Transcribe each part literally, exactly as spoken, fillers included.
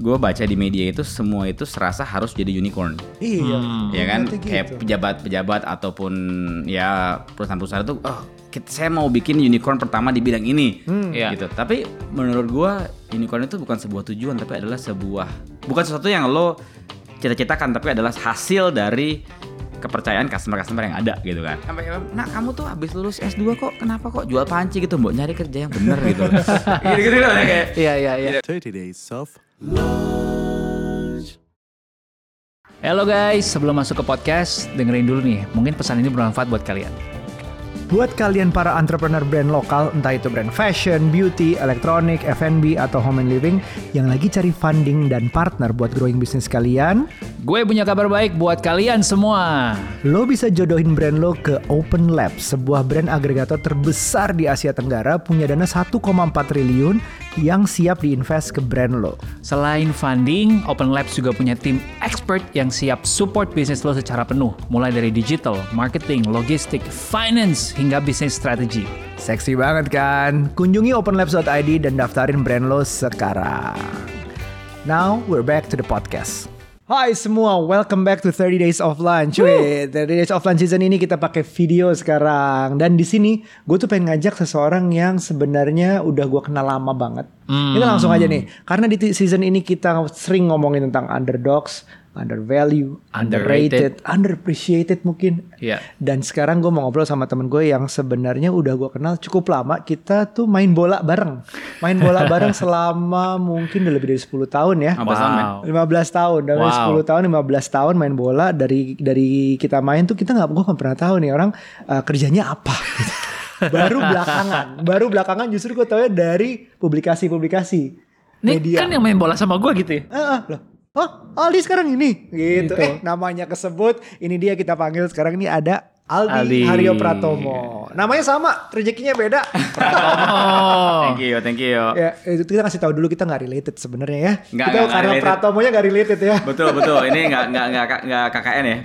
gue baca di media itu semua itu serasa harus jadi unicorn. Iya, hmm. ya kan gitu. Kayak pejabat-pejabat ataupun ya perusahaan-perusahaan itu, oh saya mau bikin unicorn pertama di bidang ini, hmm. gitu. Tapi menurut gue unicorn itu bukan sebuah tujuan, tapi adalah sebuah bukan sesuatu yang lo cita-citakan, tapi adalah hasil dari kepercayaan customer-customer yang ada gitu kan. Sampai nah kamu tuh habis lulus S dua kok kenapa kok jual panci gitu, Mbok nyari kerja yang bener gitu. Gitu-gitu loh kayak. Iya iya iya. thirty days of lunch. Halo guys, sebelum masuk ke podcast, dengerin dulu nih. Mungkin pesan ini bermanfaat buat kalian. Buat kalian para entrepreneur brand lokal, entah itu brand fashion, beauty, elektronik, F and B, atau home and living yang lagi cari funding dan partner buat growing bisnis kalian, gue punya kabar baik buat kalian semua. Lo bisa jodohin brand lo ke Open Labs, sebuah brand agregator terbesar di Asia Tenggara, punya dana satu koma empat triliun yang siap diinvest ke brand lo. Selain funding, Open Labs juga punya tim expert yang siap support bisnis lo secara penuh, mulai dari digital, marketing, logistik, finance, hingga bisnis strategi. Seksi banget kan? Kunjungi openlabs dot I D dan daftarin brand lo sekarang. Now we're back to the podcast. Hai semua, welcome back to thirty days of lunch. Wih, thirty days of lunch season ini kita pakai video sekarang. Dan di sini gue tuh pengen ngajak seseorang yang sebenarnya udah gue kenal lama banget. Hmm. Kita langsung aja nih, karena di season ini kita sering ngomongin tentang underdogs, undervalue, underrated, underrated underappreciated mungkin. Yeah. Dan sekarang gue mau ngobrol sama temen gue yang sebenarnya udah gue kenal cukup lama. Kita tuh main bola bareng, main bola bareng selama mungkin udah lebih dari sepuluh tahun ya. Wow. lima belas tahun, dari wow. sepuluh tahun, lima belas tahun main bola. Dari dari kita main tuh kita nggak, gue nggak pernah tahu nih orang uh, kerjanya apa. baru belakangan, baru belakangan justru gue tahu ya dari publikasi-publikasi Nih media. Kan yang main bola sama gue gitu ya. Uh, uh, loh. Oh, Aldi sekarang ini gitu. gitu. Eh, namanya kesebut. Ini dia kita panggil sekarang ini ada Aldi, Aldi. Haryo Pratomo. Namanya sama, rezekinya beda. Pratomo. Thank you, thank you. Ya, itu kita kasih tahu dulu kita nggak related sebenarnya ya. Nggak, kita nggak, karena related. Pratomonya nggak related ya. Betul betul. Ini nggak nggak nggak nggak K K N ya.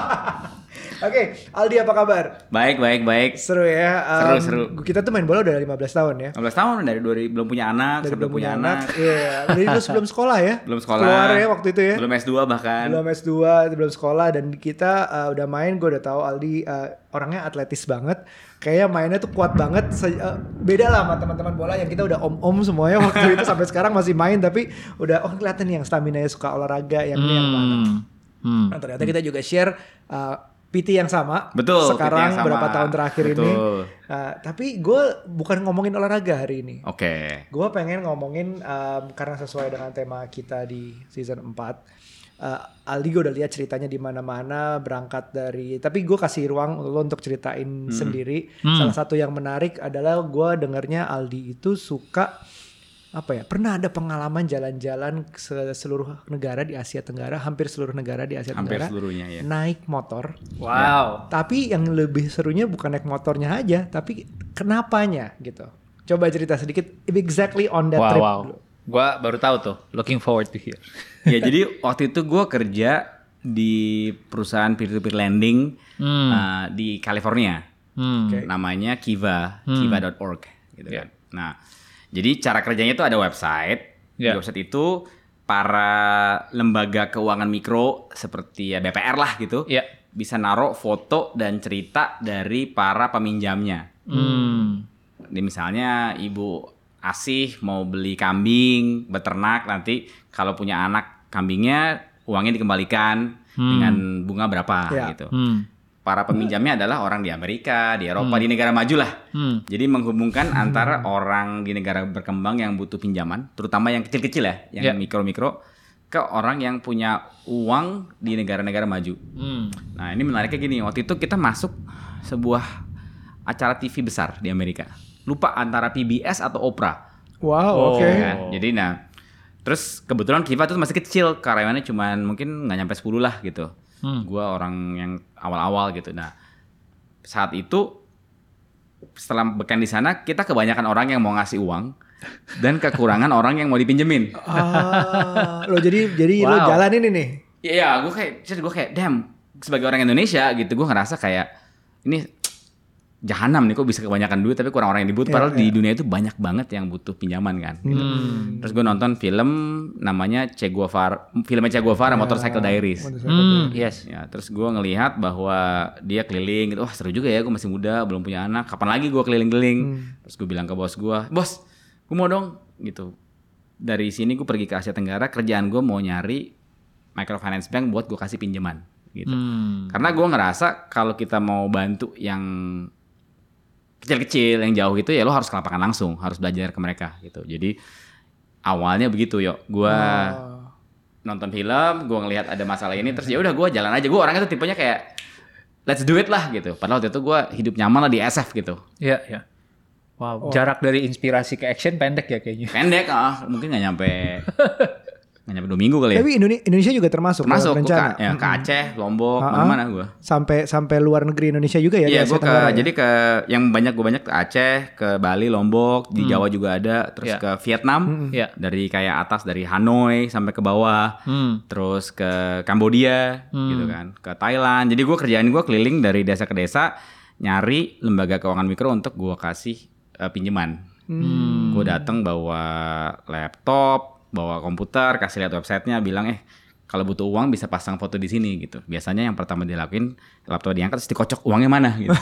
Oke, Aldi apa kabar? Baik baik baik. Seru ya. Seru, Um, seru. Kita tuh main bola udah lima belas tahun ya. lima belas tahun dari dua ribu belum punya anak, Dari sebelum punya anak. Iya, dari lu sebelum sekolah ya. Belum sekolah. Keluar ya waktu itu ya. Belum S dua bahkan. Belum S dua, belum sekolah, dan kita uh, udah main. Gue udah tahu Aldi uh, orangnya atletis banget. Kayaknya mainnya tuh kuat banget. Se- uh, beda lah sama teman-teman bola yang kita udah om-om semuanya waktu itu sampai sekarang masih main, tapi udah oh kelihatan nih yang stamina-nya suka olahraga, yang ini yang mana. Hmm. Nah, ternyata kita juga share uh, P T yang sama. Betul. Sekarang P T yang sama. berapa tahun terakhir Betul. ini. Uh, tapi gue bukan ngomongin olahraga hari ini. Oke. Okay. Gue pengen ngomongin um, karena sesuai dengan tema kita di season empat. Uh, Aldi gue udah lihat ceritanya di mana-mana, berangkat dari, tapi gue kasih ruang lo untuk ceritain hmm. sendiri. Hmm. Salah satu yang menarik adalah gue dengarnya Aldi itu suka apa ya? Pernah ada pengalaman jalan-jalan ke seluruh negara di Asia Tenggara, hampir seluruh negara di Asia hampir Tenggara. seluruhnya ya. Naik motor. Wow. Ya. Tapi yang lebih serunya bukan naik motornya aja, tapi kenapanya gitu. Coba cerita sedikit exactly on that wow, trip. Wow. Gue baru tahu tuh. Looking forward to hear. Ya jadi waktu itu gue kerja di perusahaan peer-to-peer lending hmm. uh, di California. Hmm. Okay. Namanya Kiva, hmm. kiva dot org gitu yeah. kan. Nah, jadi cara kerjanya itu ada website. Yeah. Di website itu para lembaga keuangan mikro seperti ya B P R lah gitu. Yeah. Bisa naruh foto dan cerita dari para peminjamnya. Hmm. Jadi misalnya ibu Asih mau beli kambing, beternak, nanti kalau punya anak kambingnya uangnya dikembalikan hmm. dengan bunga berapa yeah. gitu. Hmm. Para peminjamnya adalah orang di Amerika, di Eropa, hmm. di negara maju lah. Hmm. Jadi menghubungkan hmm. antara orang di negara berkembang yang butuh pinjaman, terutama yang kecil-kecil ya, yang yeah. mikro-mikro, ke orang yang punya uang di negara-negara maju. Hmm. Nah ini menariknya gini, waktu itu kita masuk sebuah acara T V besar di Amerika. Lupa antara P B S atau Oprah. Wow, oh. oke. Okay. Ya, jadi nah, terus kebetulan Kiva tuh masih kecil, karyawannya cuma mungkin nggak nyampe sepuluh lah gitu. Hmm. Gua orang yang awal-awal gitu. Nah, saat itu setelah beken di sana, kita kebanyakan orang yang mau ngasih uang dan kekurangan orang yang mau dipinjemin. Ah, lo jadi jadi wow. lo jalan ini nih. Iya, gue kayak, jadi gue kayak, damn, sebagai orang Indonesia gitu, gue ngerasa kayak ini jahanam nih, kok bisa kebanyakan duit tapi kurang orang yang dibutuh. Yeah, Padahal yeah. di yeah. dunia itu banyak banget yang butuh pinjaman kan. Gitu. Hmm. Terus gue nonton film namanya Che Guevara, filmnya Che Guevara, yeah. Motorcycle Diaries. Hmm, yes. Ya, terus gue ngelihat bahwa dia keliling gitu, wah seru juga ya, gue masih muda, belum punya anak, kapan lagi gue keliling-keliling. Hmm. Terus gue bilang ke bos gue, bos, gue mau dong gitu. Dari sini gue pergi ke Asia Tenggara, kerjaan gue mau nyari microfinance bank buat gue kasih pinjaman. Gitu. Hmm. Karena gue ngerasa kalau kita mau bantu yang kecil-kecil, yang jauh itu ya lo harus ke lapangan langsung, harus belajar ke mereka gitu. Jadi awalnya begitu yo, gue oh. nonton film, gue ngelihat ada masalah ini, terus ya udah gue jalan aja. Gue orangnya tuh tipenya kayak let's do it lah gitu. Padahal waktu itu gue hidup nyaman lah di S F gitu. Iya, iya. Wow, oh. jarak dari inspirasi ke action pendek ya kayaknya. Pendek, ah, mungkin nggak nyampe. Nggak nyampe dua minggu kali ya. Tapi Indonesia juga termasuk. Termasuk rencana. Ke, ya, ke Aceh, Lombok, Ha-ha. mana-mana gue. Sampai sampai luar negeri Indonesia juga ya? Iya, gue ke ya? jadi ke yang banyak gue banyak ke Aceh, ke Bali, Lombok, di hmm. Jawa juga ada, terus yeah. ke Vietnam, hmm. yeah. dari kayak atas dari Hanoi sampai ke bawah, hmm. terus ke Kambodia, hmm. gitu kan, ke Thailand. Jadi gue kerjaan gue keliling dari desa ke desa, nyari lembaga keuangan mikro untuk gue kasih uh, pinjaman. Hmm. Gue datang bawa laptop, bawa komputer, kasih lihat websitenya, bilang eh kalau butuh uang bisa pasang foto di sini gitu. Biasanya yang pertama dilakuin laptop diangkat terus dikocok uangnya mana gitu.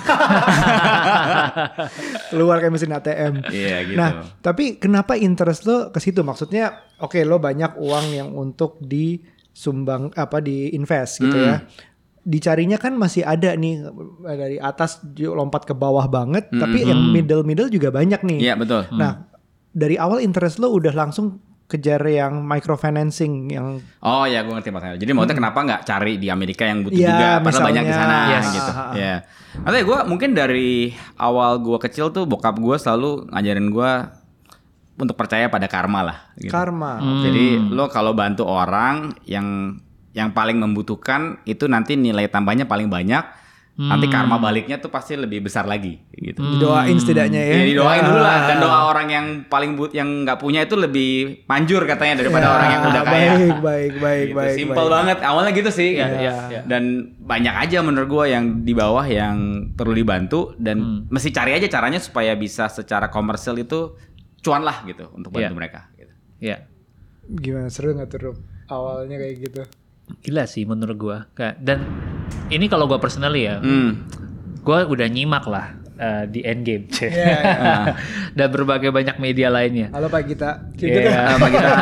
Keluar kayak mesin A T M. Iya gitu. Nah, tapi kenapa interest lo ke situ? Maksudnya oke okay, lo banyak uang yang untuk disumbang apa diinvest gitu hmm. ya. Dicarinya kan masih ada nih dari atas lompat ke bawah banget, hmm. tapi yang middle-middle juga banyak nih. Iya betul. Nah, hmm. dari awal interest lo udah langsung kejar yang microfinancing yang oh ya gue ngerti maksudnya. Jadi maksudnya hmm. kenapa nggak cari di Amerika yang butuh ya, juga padahal misalnya, banyak di sana yes. gitu. Ya. Yeah. Maksudnya gue mungkin dari awal gue kecil tuh bokap gue selalu ngajarin gue untuk percaya pada karma lah. Gitu. Karma. Hmm. Jadi lo kalau bantu orang yang yang paling membutuhkan itu nanti nilai tambahnya paling banyak. Hmm. Nanti karma baliknya tuh pasti lebih besar lagi gitu. Hmm. Didoain setidaknya ya. Ya didoain dulu lah. Dan doa orang yang paling but yang nggak punya itu lebih manjur katanya daripada ya, orang yang udah kaya. Baik, baik, baik, gitu. baik. Simpel banget. Awalnya gitu sih. Ya, gitu. ya, ya. Dan banyak aja menurut gue yang di bawah yang perlu dibantu dan hmm. mesti cari aja caranya supaya bisa secara komersil itu cuan lah gitu untuk bantu ya. Mereka. Gitu. Ya. Gimana, seru nggak tuh awalnya kayak gitu? Gila sih menurut gue. Dan ini kalau gue personally ya, hmm. gue udah nyimak lah uh, di Endgame, yeah, yeah. dan berbagai banyak media lainnya. Halo Pak Gita, gitu yeah. Pak Gita.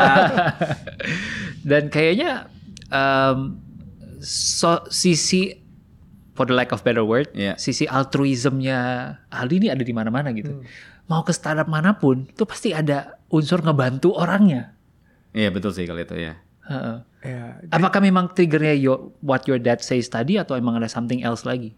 Dan kayaknya um, so, sisi, for the lack of better word, yeah. sisi altruismnya Aldi ini ada di mana-mana gitu. Hmm. Mau ke startup manapun, tuh pasti ada unsur ngebantu orangnya. Iya yeah, betul sih kalau itu ya. Uh-uh. Ya, apakah memang triggernya your, what your dad says tadi atau emang ada something else lagi?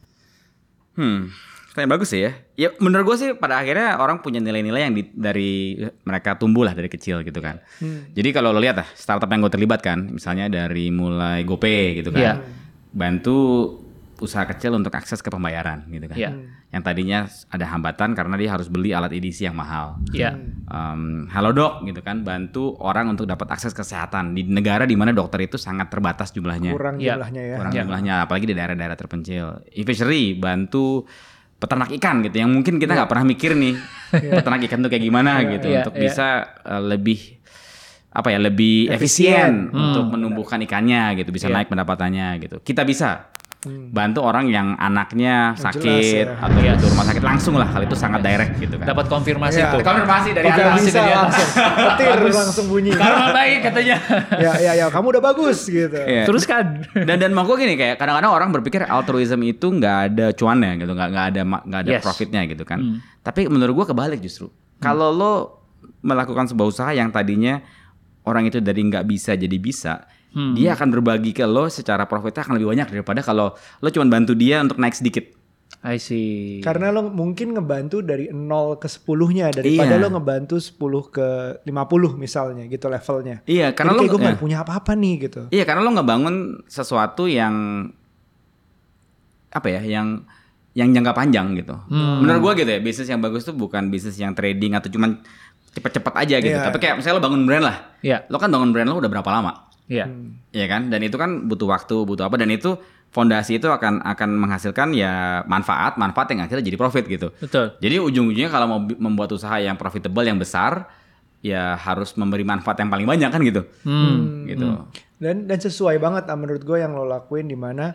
Hmm, kayak bagus sih ya. Ya menurut gue sih pada akhirnya orang punya nilai-nilai yang di, dari mereka tumbuh lah dari kecil gitu kan. Hmm. Jadi kalau lo lihat lah startup yang gue terlibat kan, misalnya dari mulai GoPay gitu kan, yeah. bantu usaha kecil untuk akses ke pembayaran gitu kan. Yeah. Yang tadinya ada hambatan karena dia harus beli alat edisi yang mahal. Yeah. Um, Halodoc gitu kan, bantu orang untuk dapat akses kesehatan di negara di mana dokter itu sangat terbatas jumlahnya. Kurang yeah. jumlahnya ya. Kurang yeah. jumlahnya, apalagi di daerah-daerah terpencil. E-fishery bantu peternak ikan gitu, yang mungkin kita nggak yeah. pernah mikir nih yeah. peternak ikan tuh kayak gimana yeah. gitu, yeah. untuk yeah. bisa uh, lebih apa ya lebih efisien, efisien hmm. untuk menumbuhkan ikannya gitu, bisa yeah. naik pendapatannya gitu. Kita bisa Hmm. bantu orang yang anaknya sakit ya. Atau yes. butuh rumah sakit langsung lah, hal itu sangat direct gitu kan. Dapat konfirmasi ya. tuh. Konfirmasi dari atas bisa langsung. Petir langsung bunyi. Karma baik katanya. ya ya ya kamu udah bagus gitu. Ya. Terus kan. Dan dan mau gue gini kayak kadang-kadang orang berpikir altruism itu nggak ada cuannya gitu, nggak nggak ada nggak ada yes. profitnya gitu kan. Hmm. Tapi menurut gue kebalik justru. Hmm. Kalau lo melakukan sebuah usaha yang tadinya orang itu dari nggak bisa jadi bisa. Hmm. Dia akan berbagi ke lo secara profitnya akan lebih banyak daripada kalau lo cuma bantu dia untuk naik sedikit. I see. Karena lo mungkin ngebantu dari nol ke sepuluhnya daripada iya. lo ngebantu sepuluh ke lima puluh misalnya gitu levelnya. Iya, karena jadi lo gue ya. gak punya apa-apa nih gitu. Iya, karena lo ngebangun sesuatu yang apa ya, yang yang jangka panjang gitu. Hmm. Menurut gue gitu ya, bisnis yang bagus tuh bukan bisnis yang trading atau cuman cepet-cepet aja gitu. Yeah. Tapi kayak misalnya lo bangun brand lah. Yeah. Lo kan bangun brand lo udah berapa lama? Iya. Iya kan? Dan itu kan butuh waktu, butuh apa, dan itu fondasi itu akan akan menghasilkan ya manfaat, manfaat yang akhirnya jadi profit gitu. Betul. Jadi ujung-ujungnya kalau mau membuat usaha yang profitable yang besar, ya harus memberi manfaat yang paling banyak kan gitu. Hmm. Gitu. Hmm. Dan dan sesuai banget menurut gue yang lo lakuin, di mana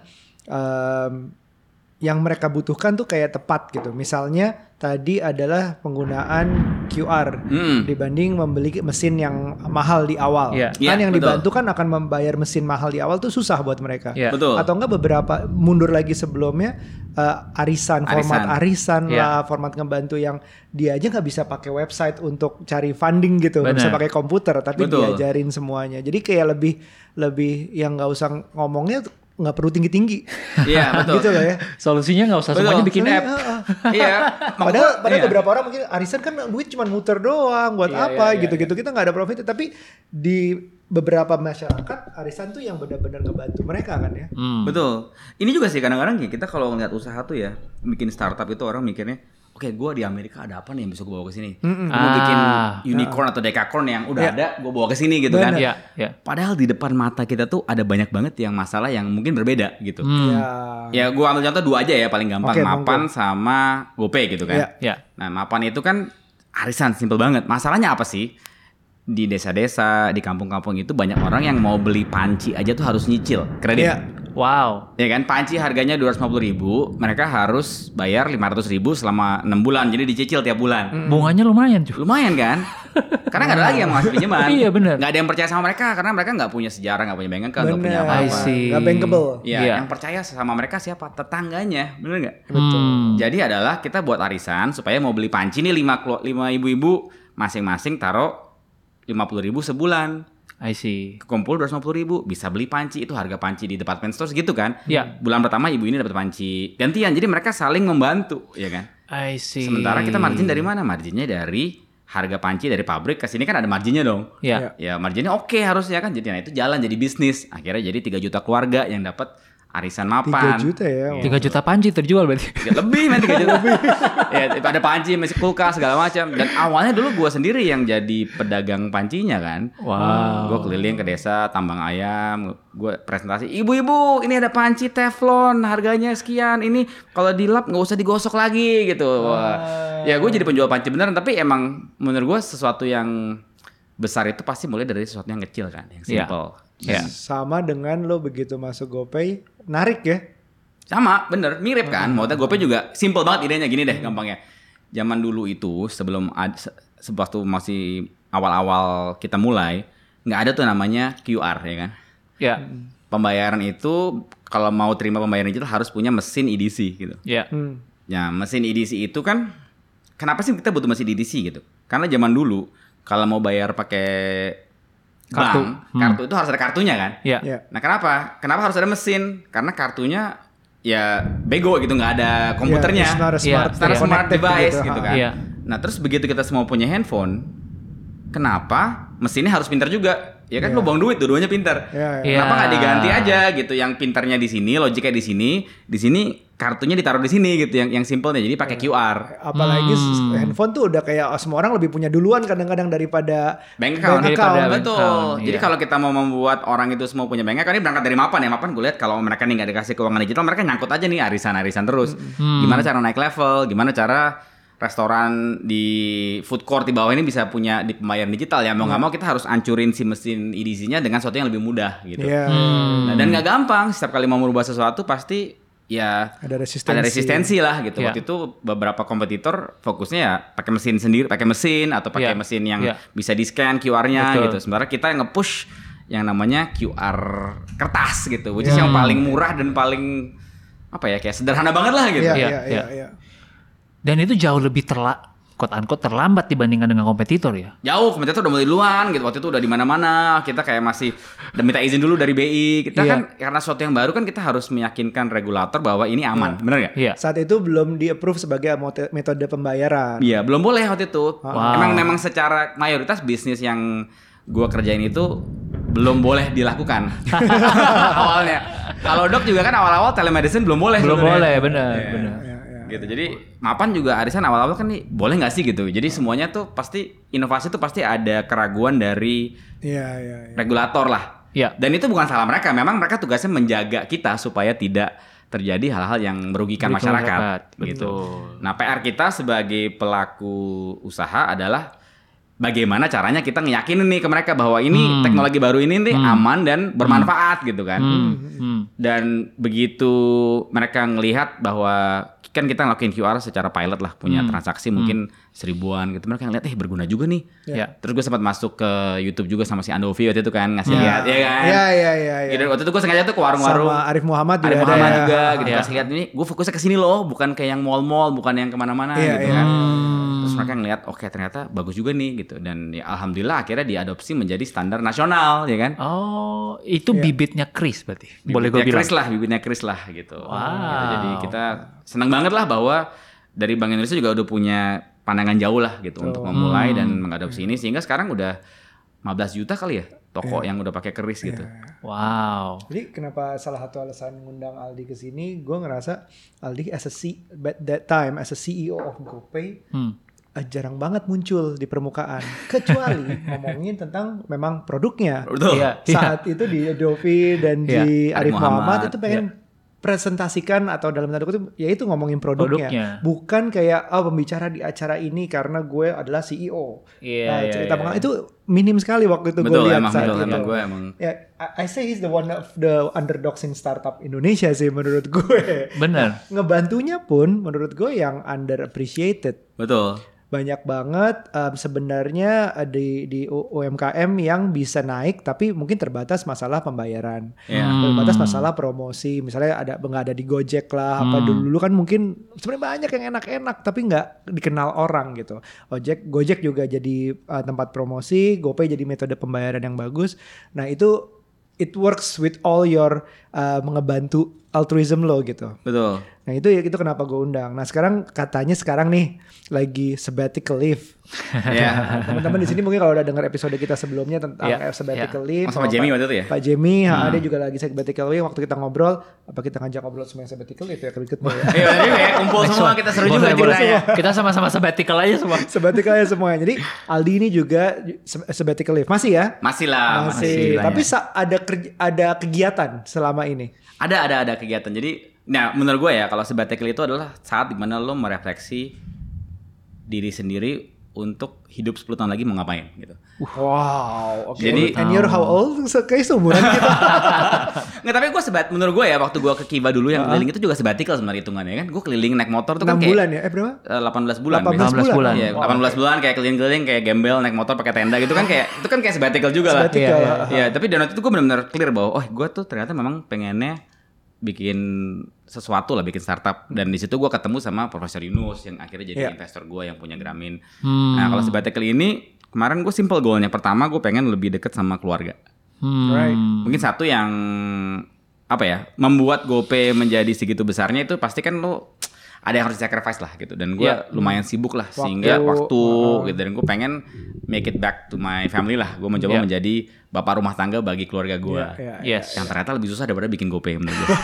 um, yang mereka butuhkan tuh kayak tepat gitu. Misalnya tadi adalah penggunaan Q R hmm. dibanding membeli mesin yang mahal di awal. Yeah. Kan yeah, yang betul. dibantu kan akan membayar mesin mahal di awal tuh susah buat mereka. Yeah. Betul. Atau enggak beberapa mundur lagi sebelumnya uh, arisan, format arisan, arisan yeah. lah, format ngebantu yang dia aja nggak bisa pakai website untuk cari funding gitu, nggak bisa pakai komputer, tapi Betul. diajarin semuanya. Jadi kayak lebih lebih yang nggak usah ngomongnya nggak perlu tinggi-tinggi. Iya, betul. Gitu lah ya. Solusinya nggak usah Betul. semuanya bikin app. Iya. Padahal, padahal iya. beberapa orang mungkin arisan kan duit cuma muter doang, buat Iya, apa iya, gitu-gitu. Kita nggak ada profit. Tapi di beberapa masyarakat arisan tuh yang benar-benar ngebantu mereka kan ya. Hmm. Betul. Ini juga sih kadang-kadang kita kalau ngeliat usaha tuh ya, bikin startup itu orang mikirnya, oke, okay, gue di Amerika ada apa nih yang bisa gue bawa ke sini? Mm-hmm. Gue Ah. bikin unicorn atau decacorn yang udah Yeah. ada, gue bawa ke sini gitu kan. Iya, iya. Padahal di depan mata kita tuh ada banyak banget yang masalah yang mungkin berbeda gitu. Hmm. Ya. Ya gue ambil contoh dua aja ya paling gampang, Oke, Mapan monggo. sama GoPay gitu kan. Iya. Ya. Nah Mapan itu kan arisan, simple banget. Masalahnya apa sih? Di desa-desa, di kampung-kampung itu banyak orang yang mau beli panci aja tuh harus nyicil kredit. Iya. Wow. Ya kan, panci harganya dua ratus lima puluh ribu, mereka harus bayar lima ratus ribu selama enam bulan, jadi dicicil tiap bulan. Bunganya lumayan cuy. Lumayan kan? Karena nggak ada lagi yang mau ngasih pinjaman. Iya, benar. Nggak ada yang percaya sama mereka karena mereka nggak punya sejarah, nggak punya bank account, nggak punya Bener. apa-apa. I see. Nggak bankable. Iya, Iya. yang percaya sama mereka siapa? Tetangganya, bener nggak? Betul. Hmm. Jadi adalah kita buat arisan supaya mau beli panci nih lima, lima ibu-ibu masing-masing taruh lima puluh ribu sebulan. I see. Kumpul dua ratus lima puluh ribu, bisa beli panci, itu harga panci di department store gitu kan. Iya. Bulan pertama ibu ini dapat panci gantian, jadi mereka saling membantu, ya kan. I see. Sementara kita margin dari mana? Marginnya dari harga panci dari pabrik ke sini kan ada marginnya dong. Iya. Ya marginnya oke harusnya kan, jadi nah itu jalan jadi bisnis. Akhirnya jadi tiga juta keluarga yang dapat arisan Mapan. tiga juta ya. Wow. tiga juta panci terjual berarti. Ya, lebih men tiga juta lebih. Ya ada panci, masih kulkas segala macam. Dan awalnya dulu gue sendiri yang jadi pedagang pancinya kan. Wow. Gue keliling ke desa tambang ayam, gue presentasi, ibu-ibu ini ada panci teflon harganya sekian, ini kalau dilap nggak usah digosok lagi gitu. Wah. Ya gue jadi penjual panci beneran, tapi emang menurut gue sesuatu yang besar itu pasti mulai dari sesuatu yang kecil kan, yang simple. Ya. Sama dengan lo begitu masuk GoPay, narik ya. Sama, bener, mirip kan. Maksudnya GoPay juga simple banget idenya, gini deh gampangnya. Zaman dulu itu sebelum ad, se, waktu masih awal-awal kita mulai, nggak ada tuh namanya Q R ya kan. Ya. Pembayaran itu kalau mau terima pembayaran digital harus punya mesin E D C gitu. Ya. Hmm. Ya mesin E D C itu kan, kenapa sih kita butuh mesin E D C gitu? Karena zaman dulu kalau mau bayar pakai Kartu. bank, Hmm. kartu itu harus ada kartunya kan. Ya. Ya. Nah kenapa? Kenapa harus ada mesin? Karena kartunya ya bego gitu, nggak ada komputernya. Ya, it's not a Iya, smart, It's not a smart connected device gitu, gitu ha. kan. Iya. Nah terus begitu kita semua punya handphone, kenapa mesinnya harus pintar juga? Ya kan Iya. lu buang duit, dua-duanya pintar. Ya, ya. Iya. Kenapa nggak diganti aja gitu? Yang pintarnya di sini, logiknya di sini, di sini kartunya ditaruh di sini gitu. Yang yang simpelnya jadi pakai Q R. Apalagi Hmm. handphone tuh udah kayak semua orang lebih punya duluan kadang-kadang daripada Bank account, Bank Daripada account. bank betul. account, Jadi iya. kalau kita mau membuat orang itu semua punya bank account, ini berangkat dari Mapan ya. Mapan gue lihat kalau mereka nih nggak dikasih keuangan digital, mereka nyangkut aja nih arisan-arisan terus. Hmm. Gimana cara naik level? Gimana cara restoran di food court di bawah ini bisa punya di pembayaran digital ya? Mau nggak mau kita harus ancurin si mesin E D C-nya dengan sesuatu yang lebih mudah gitu. Iya. Hmm. Nah, dan nggak gampang. Setiap kali mau merubah sesuatu pasti ya Ada resistensi. ada resistensi lah gitu. Iya. Waktu itu beberapa kompetitor fokusnya ya pakai mesin sendiri, pakai mesin atau pakai Iya. mesin yang Iya. bisa di scan Q R-nya Betul. gitu. Sementara kita yang nge-push yang namanya Q R kertas gitu, which is Iya. yang paling murah dan paling apa ya, kayak sederhana banget lah gitu. Iya, Iya, iya, iya. iya, iya. Dan itu jauh lebih terla quote unquote terlambat dibandingkan dengan kompetitor ya. Jauh, kompetitor udah mulai duluan gitu. Waktu itu udah di mana-mana. Kita kayak masih udah minta izin dulu dari B I. Kita Iya. kan karena sesuatu yang baru kan kita harus meyakinkan regulator bahwa ini aman, bener nggak? Iya. Saat itu belum di-approve sebagai mote- metode pembayaran. Iya, belum boleh waktu itu. Wow. Emang memang secara mayoritas bisnis yang gua kerjain itu belum boleh dilakukan awalnya. Kalau dok juga kan awal-awal telemedicine belum boleh. Belum sebenarnya. boleh, benar, Iya. benar. Iya, iya. Gitu. Jadi Mapan juga arisan awal-awal kan nih boleh nggak sih gitu. Jadi semuanya tuh pasti inovasi tuh pasti ada keraguan dari Iya, iya, iya. regulator lah. Ya. Dan itu bukan salah mereka, memang mereka tugasnya menjaga kita supaya tidak terjadi hal-hal yang merugikan Merugikan masyarakat, masyarakat. gitu. Betul. Nah, P R kita sebagai pelaku usaha adalah bagaimana caranya kita ngeyakinin nih ke mereka bahwa ini Hmm. teknologi baru ini nih Hmm. aman dan bermanfaat gitu kan. Hmm. Hmm. Dan begitu mereka ngelihat bahwa kan kita ngelakuin Q R secara pilot lah, punya Hmm. transaksi mungkin seribuan gitu, mereka ngeliat eh berguna juga nih. Ya. Terus gue sempat masuk ke YouTube juga sama si Andovi waktu itu kan, ngasih Ya. lihat ya kan. Iya iya iya. Ya. Gitu, waktu itu gue sengaja tuh ke warung-warung. Sama Arif Muhammad juga Arif ada Muhammad ya. juga gitu, Ya. kasih lihat ini gue fokusnya ke sini loh, bukan kayak yang mall-mall, bukan yang kemana-mana Iya, gitu iya. kan. Hmm. Terus mereka ngeliat oke ternyata bagus juga nih gitu, dan ya alhamdulillah akhirnya diadopsi menjadi standar nasional ya kan. Oh, itu Ya. bibitnya Chris berarti. Boleh gue Bibitnya bilang. Chris lah, bibitnya Chris lah gitu. Wow. Gitu, jadi kita senang banget lah bahwa dari Bank Indonesia juga udah punya pandangan jauh lah gitu untuk memulai dan mengadopsi ini, sehingga sekarang udah lima belas juta kali ya toko yang udah pakai keris gitu. Wow. Jadi kenapa salah satu alasan ngundang Aldi ke sini, gue ngerasa Aldi as a C, at that time as a C E O of GoPay Hmm. eh, jarang banget muncul di permukaan, kecuali ngomongin tentang memang produknya. Betul. Iya. Saat itu di Adobe dan Iya. di Arif Arif Muhammad, Muhammad, itu pengen presentasikan atau dalam tanda kutip ya itu ngomongin produknya. Produknya. Bukan kayak oh pembicara di acara ini karena gue adalah C E O. Iya, Nah, iya, cerita iya. pengalaman itu minim sekali waktu itu gue Betul, lihat emang saat betul, itu. emang gue emang. Ya, I I say he's the one of the underdogs in startup Indonesia sih menurut gue. Bener. Ngebantunya pun menurut gue yang underappreciated. Betul. Banyak banget um, sebenarnya uh, di di U M K M yang bisa naik tapi mungkin terbatas masalah pembayaran. Iya. Hmm. Terbatas masalah promosi. Misalnya ada nggak ada di Gojek lah apa Hmm. dulu kan mungkin sebenarnya banyak yang enak-enak tapi nggak dikenal orang gitu. Ojek Gojek juga jadi uh, tempat promosi, GoPay jadi metode pembayaran yang bagus. Nah, itu it works with all your uh, mengebantu altruism lo gitu. Betul. Nah itu ya itu kenapa gue undang. Nah sekarang katanya sekarang nih lagi sabbatical leave. Iya. Teman-teman di sini mungkin kalau udah dengar episode kita sebelumnya tentang Iya, sabbatical iya. leave Oh, sama Jamie Pak- waktu itu ya? Pak Jamie, ha, Hmm. dia juga lagi sabbatical leave. Waktu kita ngobrol, apa kita ngajak ngobrol semua yang sabbatical leave ya berikutnya ya. Iya, bener juga ya, kumpul semua kita seru juga Boleh, boleh. ceritanya. Kita sama-sama sabbatical aja semua. Sabbatical ya semuanya. Jadi Aldi ini juga sab- sabbatical leave masih ya? Masih lah, Masih. masih. Tapi Tapi sa- ada kerja- ada kegiatan selama ini. ada ada ada kegiatan. Jadi, nah menurut gue ya kalau sabbatical itu adalah saat dimana lo merefleksi diri sendiri untuk hidup sepuluh tahun lagi mau ngapain gitu. Wow, oke. Jadi- And you're how old? So, kayak seumuran kita. Nggak, tapi gue sebat menurut gue ya waktu gue ke Kiva dulu yang keliling itu juga sabbatical sebenarnya hitungannya kan. Gue keliling naik motor tuh kan enam kayak bulan ya? Eh berapa? eh, delapan belas bulan. delapan belas biasanya. bulan. Iya, Wow. delapan belas bulan kayak keliling-keliling kayak gembel naik motor pakai tenda gitu kan kayak itu kan kayak sabbatical juga lah. Sabbatical. Iya, Iya, tapi dan waktu itu gue benar-benar clear bahwa oh gue tuh ternyata memang pengennya bikin sesuatu lah, bikin startup, dan di situ gue ketemu sama Profesor Yunus yang akhirnya jadi Iya. investor gue yang punya Gramin. Hmm. Nah kalau sabbatical ini kemarin gue simple goalnya, pertama gue pengen lebih deket sama keluarga. Hmm. Right. Mungkin satu yang apa ya membuat GoPay menjadi segitu besarnya itu pasti kan lo ada yang harus sacrifice lah gitu, dan gue Iya. lumayan sibuk lah Waktu. sehingga waktu Uh. gitu, dan gue pengen make it back to my family lah. Gue mencoba Iya. menjadi bapak rumah tangga bagi keluarga gue. Iya, iya. Yes. Yang ternyata lebih susah daripada bikin GoPay menurut gue.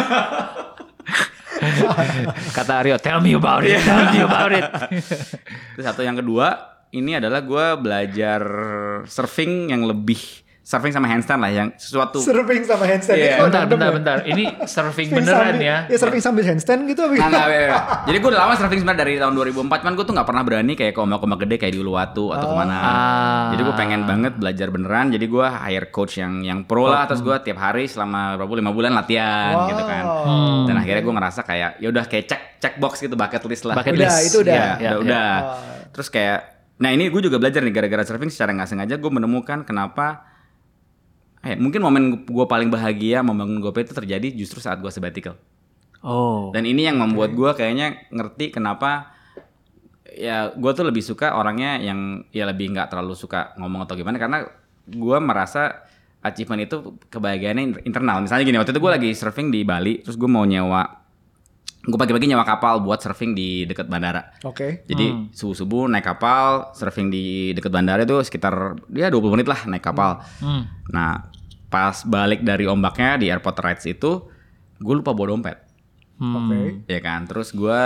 Kata Aryo, tell me about it. Tell me about it. Terus satu yang kedua, ini adalah gue belajar surfing yang lebih surfing sama handstand lah, yang sesuatu. Surfing sama handstand. Iya. Itu Bentar, random bentar, ya? bentar. Ini surfing Surfing beneran sambil- ya. Ya surfing sambil handstand gitu apa Nggak, gitu? nggak, beda. Jadi gue udah lama surfing sebenarnya dari tahun dua ribu empat, cuman gue tuh nggak pernah berani kayak ke ombak-ombak gede kayak di Uluwatu atau kemana. Ah. Jadi gue pengen banget belajar beneran. Jadi gue hire coach yang yang pro lah, terus gue tiap hari selama berapa lima bulan latihan Wow. gitu kan. Hmm. Dan akhirnya gue ngerasa kayak ya udah kayak cek cek box gitu, bucket list lah. Bucket Udah, list. itu udah. Ya, Ya, udah, ya. udah. Oh. Terus kayak, nah ini gue juga belajar nih gara-gara surfing secara nggak sengaja gue menemukan kenapa. Eh, mungkin momen gue paling bahagia membangun GoPay itu terjadi justru saat gue sabbatical. Oh. Dan ini yang membuat gue kayaknya ngerti kenapa ya gue tuh lebih suka orangnya yang ya lebih nggak terlalu suka ngomong atau gimana, karena gue merasa achievement itu kebahagiaannya internal. Misalnya gini, waktu itu gue lagi surfing di Bali, terus gue mau nyewa, gue pagi-pagi nyewa kapal buat surfing di dekat bandara. Oke. Jadi Hmm. subuh-subuh naik kapal, surfing di dekat bandara itu sekitar ya dua puluh menit lah naik kapal. Hmm. Nah, pas balik dari ombaknya di airport rides itu, gue lupa bawa dompet. Hmm. Oke. Ya kan, terus gue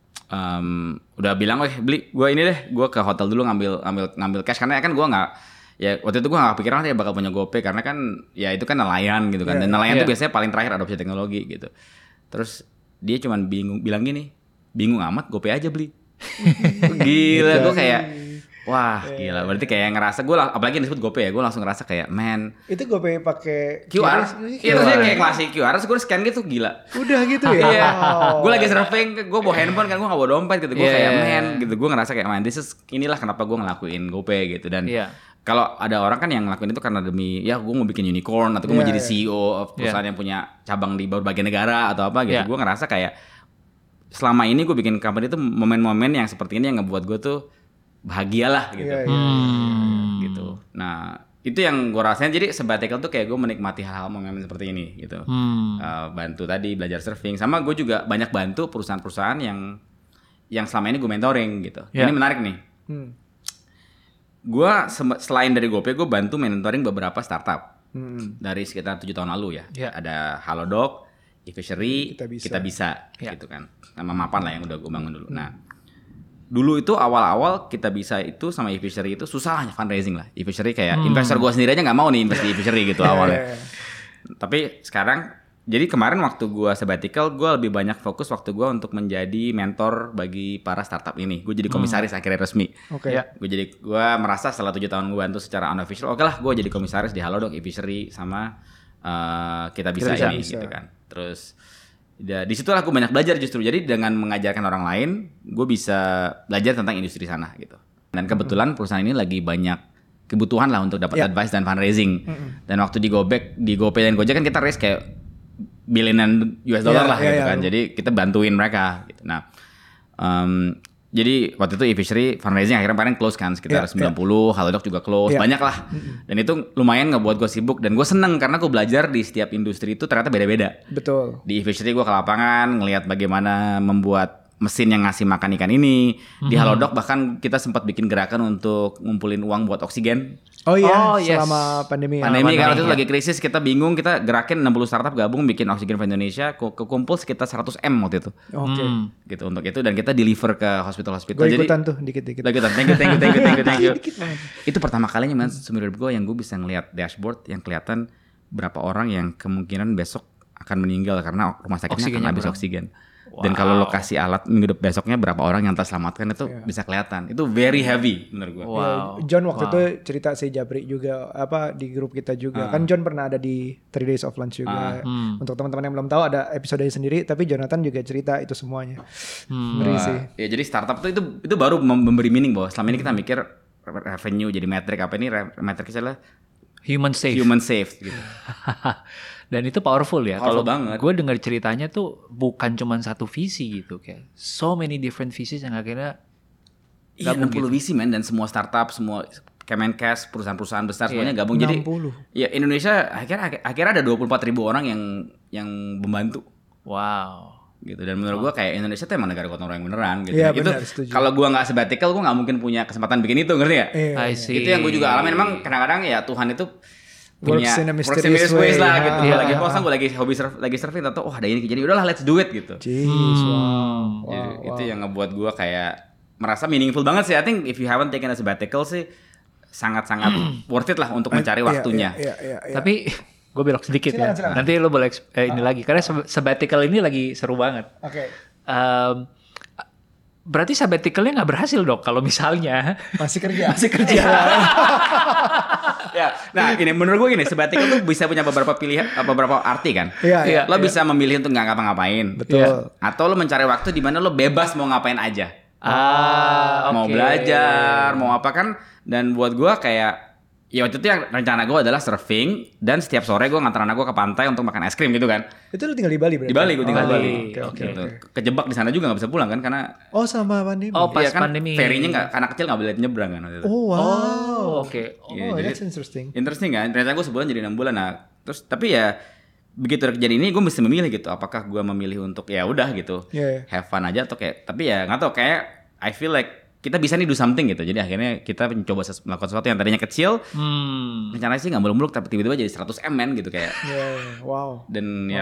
um, udah bilang, weh beli gue ini deh, gue ke hotel dulu ngambil ngambil ngambil cash, karena kan gue nggak ya waktu itu gue gak kepikiran dia bakal punya GoPay karena kan ya itu kan nelayan gitu kan. Yeah. Dan nelayan yeah. tuh biasanya paling terakhir adopsi teknologi gitu. Terus dia cuman bingung bilang gini, bingung amat GoPay aja beli. Gila gue kayak wah gila, berarti kayak ngerasa gue, apalagi disebut GoPay ya, gue langsung ngerasa kayak man. Itu GoPay pakai Q R, iya maksudnya kayak klasik Q R, terus gue scan gitu gila. Udah gitu ya? Iya, oh. Gue lagi surfing, gue bawa handphone kan, gue gak bawa dompet gitu, gue yeah. kayak man gitu, gue ngerasa kayak man, this is, inilah kenapa gue ngelakuin GoPay gitu. Dan yeah. kalau ada orang kan yang ngelakuin itu karena demi, ya gue mau bikin unicorn, atau gue yeah, mau jadi yeah. C E O of perusahaan yeah. yang punya cabang di berbagai negara, atau apa gitu, yeah. gue ngerasa kayak selama ini gue bikin company itu momen-momen yang seperti ini yang ngebuat gue tuh bahagialah gitu. Yeah, yeah, hmm. gitu. Nah, itu yang gue rasain. Jadi sabbatical tuh kayak gue menikmati hal-hal momen seperti ini gitu. Hmm. Uh, bantu tadi belajar surfing. Sama gue juga banyak bantu perusahaan-perusahaan yang yang selama ini gue mentoring gitu. Yeah. Ini menarik nih. Hmm. Gue se- selain dari GoPay, gue bantu mentoring beberapa startup. Hmm. Dari sekitar tujuh tahun lalu ya. Yeah. Ada Halodoc, eFishery, kita bisa, kita bisa yeah. gitu kan. Nama mapan lah yang udah gue bangun dulu. Hmm. Nah, dulu itu awal-awal kita bisa itu sama eFishery itu susah lah fundraising lah. eFishery kayak hmm. investor gue sendiri aja nggak mau nih invest di eFishery gitu awalnya. Tapi sekarang, jadi kemarin waktu gue sabbatical, gue lebih banyak fokus waktu gue untuk menjadi mentor bagi para startup ini. Gue jadi komisaris hmm. akhirnya resmi. Oke. Okay. Ya, gue jadi gue merasa setelah tujuh tahun gue bantu secara unofficial, oke lah gue jadi komisaris di Halodoc, eFishery sama uh, kita bisa kita ini bisa. Gitu kan. Terus Ya, di situlah aku banyak belajar justru. Jadi dengan mengajarkan orang lain, gue bisa belajar tentang industri sana gitu. Dan kebetulan perusahaan ini lagi banyak kebutuhan lah untuk dapat yeah. advice dan fundraising. Mm-hmm. Dan waktu di GoBack, di GoPay dan Gojek kan kita raise kayak bilionan U S dollar yeah, lah yeah, gitu yeah, kan. Yeah. Jadi kita bantuin mereka gitu. Nah, um, jadi waktu itu eFishery fundraising akhirnya kemarin close kan sekitar yeah, sembilan puluh, yeah. Halodoc juga close, yeah. banyak lah. Mm-hmm. Dan itu lumayan ngebuat gue sibuk dan gue seneng karena gue belajar di setiap industri itu ternyata beda-beda. Betul. Di eFishery gue ke lapangan ngelihat bagaimana membuat mesin yang ngasih makan ikan ini. Mm-hmm. Di Halodoc bahkan kita sempat bikin gerakan untuk ngumpulin uang buat oksigen. Oh iya, oh, yes. selama pandemi. Pandemi ya. Kalau itu lagi krisis kita bingung, kita gerakin enam puluh startup gabung bikin oksigen for Indonesia, kekumpul sekitar seratus M waktu itu. Oke. Okay. Hmm. Gitu untuk itu dan kita deliver ke hospital-hospital. Gue ikutan Jadi, tuh dikit-dikit. Ikutan, thank you, thank you, thank you, thank you, thank you. Itu pertama kalinya man, menurut gue yang gue bisa ngelihat dashboard yang kelihatan berapa orang yang kemungkinan besok akan meninggal karena rumah sakitnya akan habis oksigen. Wow. Dan kalau lokasi alat minggu depan besoknya berapa orang yang terselamatkan itu yeah. bisa kelihatan. Itu very heavy menurut gue. Wow. Ya, John waktu wow. itu cerita si Jabri juga apa di grup kita juga. Uh. Kan John pernah ada di three days of lunch juga. Uh. Hmm. Untuk teman-teman yang belum tahu ada episodenya sendiri, tapi Jonathan juga cerita itu semuanya. Hmm. Ngeri sih. Ya jadi startup itu itu itu baru memberi meaning bahwa selama ini kita mikir revenue jadi metrik apa ini metriknya adalah human safe. Human safe gitu. Dan itu powerful ya. Kalau banget. Gue dengar ceritanya tuh bukan cuma satu visi gitu kayak so many different visions yang akhirnya iya, enam puluh gitu. Visi men dan semua startup, semua Kemenkes, perusahaan-perusahaan besar semuanya gabung. enam puluh. Jadi ya Indonesia akhirnya akhirnya ada dua puluh empat ribu orang yang yang membantu. Wow. Gitu dan menurut wow. gue kayak Indonesia tuh emang negara gotong royong beneran gitu. Iya, itu kalau gue nggak sabbatical gue nggak mungkin punya kesempatan bikin itu, ngerti nggak? Iya, itu yang gue juga alamin. Emang kadang-kadang ya Tuhan itu punya works in a mysterious way, way lah ya. gitu. Ya, lagi ya. kosong gue lagi hobi surf, lagi surfing atau oh ada ini jadi udahlah let's do it gitu. Jeez, hmm. wow. wow, jadi, wow. Itu yang ngebuat gue kayak merasa meaningful banget sih. I think if you haven't taken a sabbatical sih sangat-sangat worth it lah untuk mencari waktunya. Iya, iya, iya, iya. Tapi gue belok sedikit silakan, ya. Silakan. Nanti lo boleh eh, ini uh. lagi karena sabbatical ini lagi seru banget. Oke. Okay. Um, berarti sabbaticalnya nggak berhasil dong kalau misalnya masih kerja. masih kerja. Ya, nah ini menurut gue gini, sabbatical tuh bisa punya beberapa pilihan, beberapa arti kan. Iya, iya, lo iya. bisa memilih untuk nggak ngapa-ngapain. Betul. Ya. Atau lo mencari waktu di mana lo bebas mau ngapain aja. Ah, mau okay. belajar, mau apa kan. Dan buat gue kayak, ya waktu itu yang rencana gue adalah surfing. Dan setiap sore gue ngantar anak gue ke pantai untuk makan es krim gitu kan. Itu lo tinggal di Bali berarti? Di Bali, gue tinggal oh, di Bali. Okay, okay, gitu. okay. Kejebak di sana juga nggak bisa pulang kan karena. Oh sama pandemi. Oh pas ya, kan, pandemi. Ferinya nggak, anak kecil nggak boleh nyebrang kan waktu itu. Oh wow. Oh, oke. Okay. Oh yeah, that's interesting. Interesting kan. Rencana gue sebulan jadi enam bulan. Nah terus tapi ya begitu kejadian ini gue mesti memilih gitu. Apakah gue memilih untuk ya udah gitu, yeah, yeah. have fun aja atau kayak. Tapi ya nggak tau kayak I feel like kita bisa nih do something gitu. Jadi akhirnya kita mencoba ses- melakukan sesuatu yang tadinya kecil. Hmm. Rencananya sih nggak muluk-muluk tapi tiba-tiba jadi seratus M gitu kayak. Yeah, wow. Dan wow. ya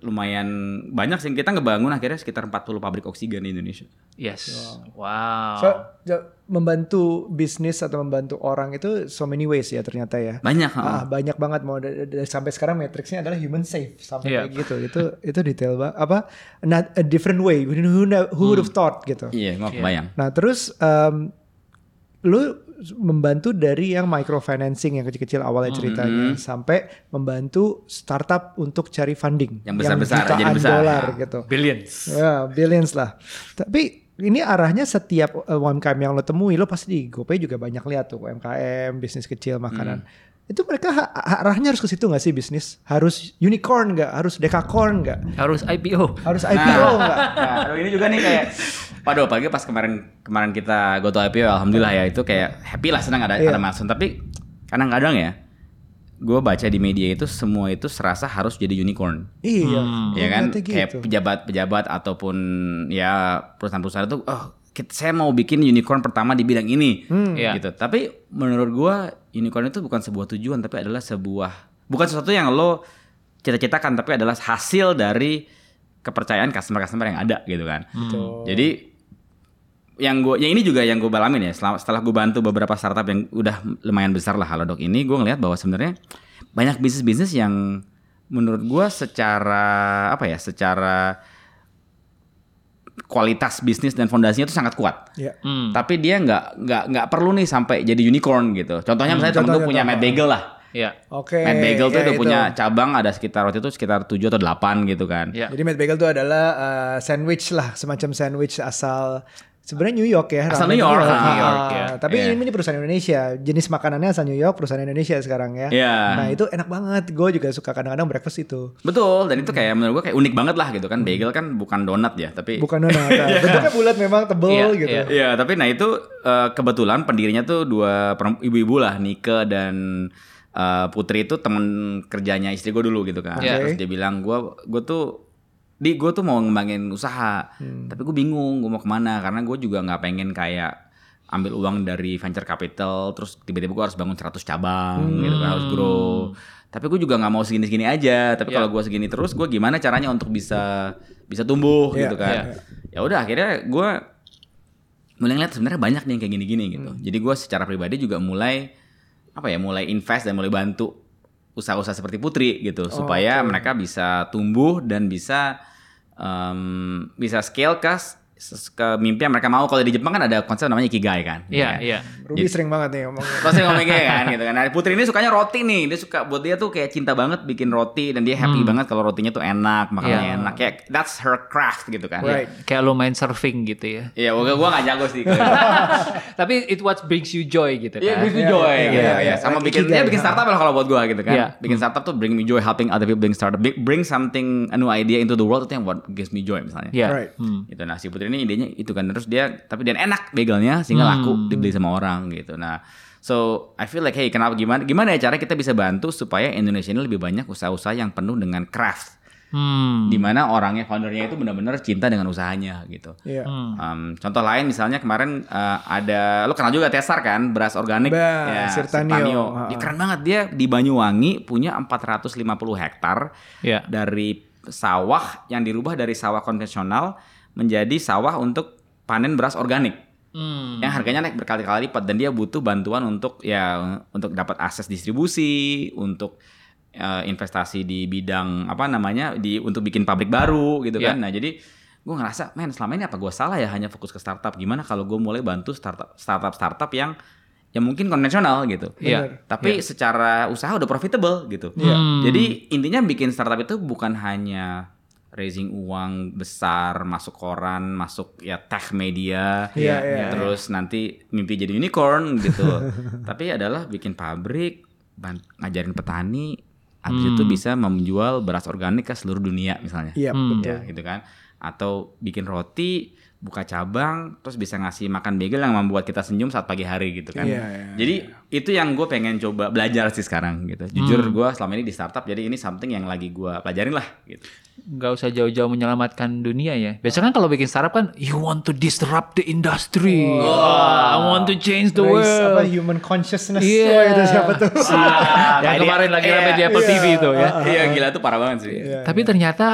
lumayan banyak sih. Kita ngebangun akhirnya sekitar empat puluh pabrik oksigen di Indonesia. Yes. Wow. wow. So, membantu bisnis atau membantu orang itu so many ways ya ternyata ya. Banyak. Ah, banyak banget mau dari, dari sampai sekarang matriksnya adalah human safe sampai yeah. kayak gitu. Itu itu detail banget. Apa? Not a different way. Who, who would have thought gitu. Iya, nggak kebayang. Nah terus um, lu membantu dari yang microfinancing yang kecil-kecil awalnya ceritanya mm-hmm. sampai membantu startup untuk cari funding yang besar-besar yang jadi besar dolar gitu. Billions. Ya, billions lah. Tapi ini arahnya setiap uh, U M K M yang lo temui, lo pasti di GoPay juga banyak lihat tuh U M K M, bisnis kecil, makanan. Hmm. Itu mereka ha- arahnya harus ke situ nggak sih bisnis? Harus unicorn nggak? Harus dekakorn nggak? Harus I P O. Harus I P O nggak? Nah, nah, ini juga nih kayak, waduh, apalagi pas kemarin kemarin kita go to I P O, alhamdulillah ya itu kayak happy lah, senang ada yeah. ada milestone. Tapi kadang-kadang ya, gue baca di media itu semua itu serasa harus jadi unicorn. Iya, hmm. ya kan gitu. Kayak pejabat-pejabat ataupun ya perusahaan-perusahaan itu, oh saya mau bikin unicorn pertama di bidang ini, hmm. gitu. Tapi menurut gue unicorn itu bukan sebuah tujuan, tapi adalah sebuah bukan sesuatu yang lo cita-citakan, tapi adalah hasil dari kepercayaan customer-customer yang ada, gitu kan. Hmm. Jadi yang gue, yang ini juga yang gue alamin ya. Setelah, setelah gue bantu beberapa startup yang udah lumayan besar lah Halodoc ini, gue ngelihat bahwa sebenarnya banyak bisnis-bisnis yang menurut gue secara apa ya, secara kualitas bisnis dan fondasinya itu sangat kuat. Yeah. Hmm. Tapi dia nggak nggak nggak perlu nih sampai jadi unicorn gitu. Contohnya hmm, misalnya temen gue punya Mad Bagel lah. Yeah. Oke. Okay, Mad Bagel tuh ya udah itu. punya cabang ada sekitar waktu itu sekitar tujuh atau delapan gitu kan. Yeah. Jadi Mad Bagel tuh adalah uh, sandwich lah, semacam sandwich asal sebenarnya New York ya. Asal New York. New York, New York uh, ya. Tapi yeah. ini perusahaan Indonesia. Jenis makanannya asal New York, perusahaan Indonesia sekarang ya. Yeah. Nah itu enak banget. Gue juga suka kadang-kadang breakfast itu. Betul. Dan itu kayak menurut gue kayak unik banget lah gitu kan. Bagel kan bukan donat ya, tapi bukan donat. Nah, bentuknya bulat memang tebel yeah, gitu. Iya, yeah. yeah, tapi nah itu uh, kebetulan pendirinya tuh dua ibu-ibu lah, Nike dan uh, Putri itu teman kerjanya istri gue dulu gitu kan. Okay. Terus dia bilang gue gue tuh di gue tuh mau ngembangin usaha, hmm. tapi gue bingung gue mau kemana karena gue juga nggak pengen kayak ambil uang dari venture capital terus tiba-tiba gue harus bangun seratus cabang hmm. gitu kan, harus grow. Tapi gue juga nggak mau segini-segini aja. Tapi yeah. kalau gue segini terus, gue gimana caranya untuk bisa bisa tumbuh yeah, gitu kan? Yeah. Ya udah akhirnya gue mulai ngeliat sebenarnya banyak nih yang kayak gini-gini gitu. Hmm. Jadi gue secara pribadi juga mulai apa ya, mulai invest dan mulai bantu usaha-usaha seperti Putri gitu, oh, supaya okay. mereka bisa tumbuh dan bisa um, bisa scale ke ke mimpi yang mereka mau. Kalau di Jepang kan ada konsep namanya ikigai kan. Iya, iya. Ruby Jadi, sering banget nih ngomongnya. Kalau sering ngomong ikigai kan gitu kan. Nah, Putri ini sukanya roti nih. Dia suka, buat dia tuh kayak cinta banget bikin roti dan dia happy hmm. banget kalau rotinya tuh enak, makannya yeah. enak. Kayak that's her craft gitu kan. Right. Ya, kayak lo main surfing gitu ya. Iya, gua gua enggak jago sih. Tapi it what brings you joy gitu kan. Iya, yeah, brings me joy yeah, gitu. Yeah, yeah, yeah. Sama bikin dia bikin startup lah kalau buat gua gitu kan. Yeah. Bikin startup tuh bring me joy, helping other people bring startup, bring something a new idea into the world, itu yang what gives me joy misalnya. Iya. Yeah. Right. Hmm. Gitu. Nah, si Putri ini idenya itu kan, terus dia tapi dia enak bagelnya sehingga hmm. laku dibeli sama orang gitu. Nah, so I feel like hey, kenapa gimana gimana ya cara kita bisa bantu supaya Indonesia ini lebih banyak usaha-usaha yang penuh dengan craft. Hmm. Dimana orangnya, foundernya itu benar-benar cinta dengan usahanya gitu. Yeah. Hmm. Um, contoh lain misalnya kemarin uh, ada, lo kenal juga Tesar kan, beras organik bah, ya, Sirtanio. Sirtanio. Dia keren banget, dia di Banyuwangi punya empat ratus lima puluh hektar yeah. dari sawah yang dirubah dari sawah konvensional menjadi sawah untuk panen beras organik. Hmm. Yang harganya naik berkali-kali lipat dan dia butuh bantuan untuk ya untuk dapat akses distribusi, untuk uh, investasi di bidang apa namanya di untuk bikin pabrik baru gitu yeah. kan. Nah, jadi gue ngerasa, men, selama ini apa gue salah ya hanya fokus ke startup? Gimana kalau gue mulai bantu startup startup startup yang yang mungkin konvensional gitu. Yeah. Tapi yeah. secara usaha udah profitable gitu. Yeah. Hmm. Jadi intinya bikin startup itu bukan hanya raising uang besar, masuk koran, masuk ya tech media, yeah, ya, yeah, terus yeah. nanti mimpi jadi unicorn gitu. Tapi adalah bikin pabrik, ngajarin petani, habis hmm. itu bisa menjual beras organik ke seluruh dunia misalnya. Iya, hmm. betul. Ya, gitu kan. atau bikin roti, buka cabang, terus bisa ngasih makan bagel yang membuat kita senyum saat pagi hari gitu kan. Yeah, yeah, jadi yeah. itu yang gue pengen coba belajar sih sekarang gitu. Jujur hmm. gue selama ini di startup, jadi ini something yang lagi gue pelajarin lah gitu. Gak usah jauh-jauh menyelamatkan dunia ya. Biasanya kan kalau bikin startup kan, you want to disrupt the industry. Oh, oh I want to change the Raise world. Apa human consciousness. Yeah. Oh, itu siapa tuh? Ah, yang kemarin lagi rame di Apple yeah. T V itu ya. Iya uh, gila tuh parah banget sih. Yeah, Tapi yeah. ternyata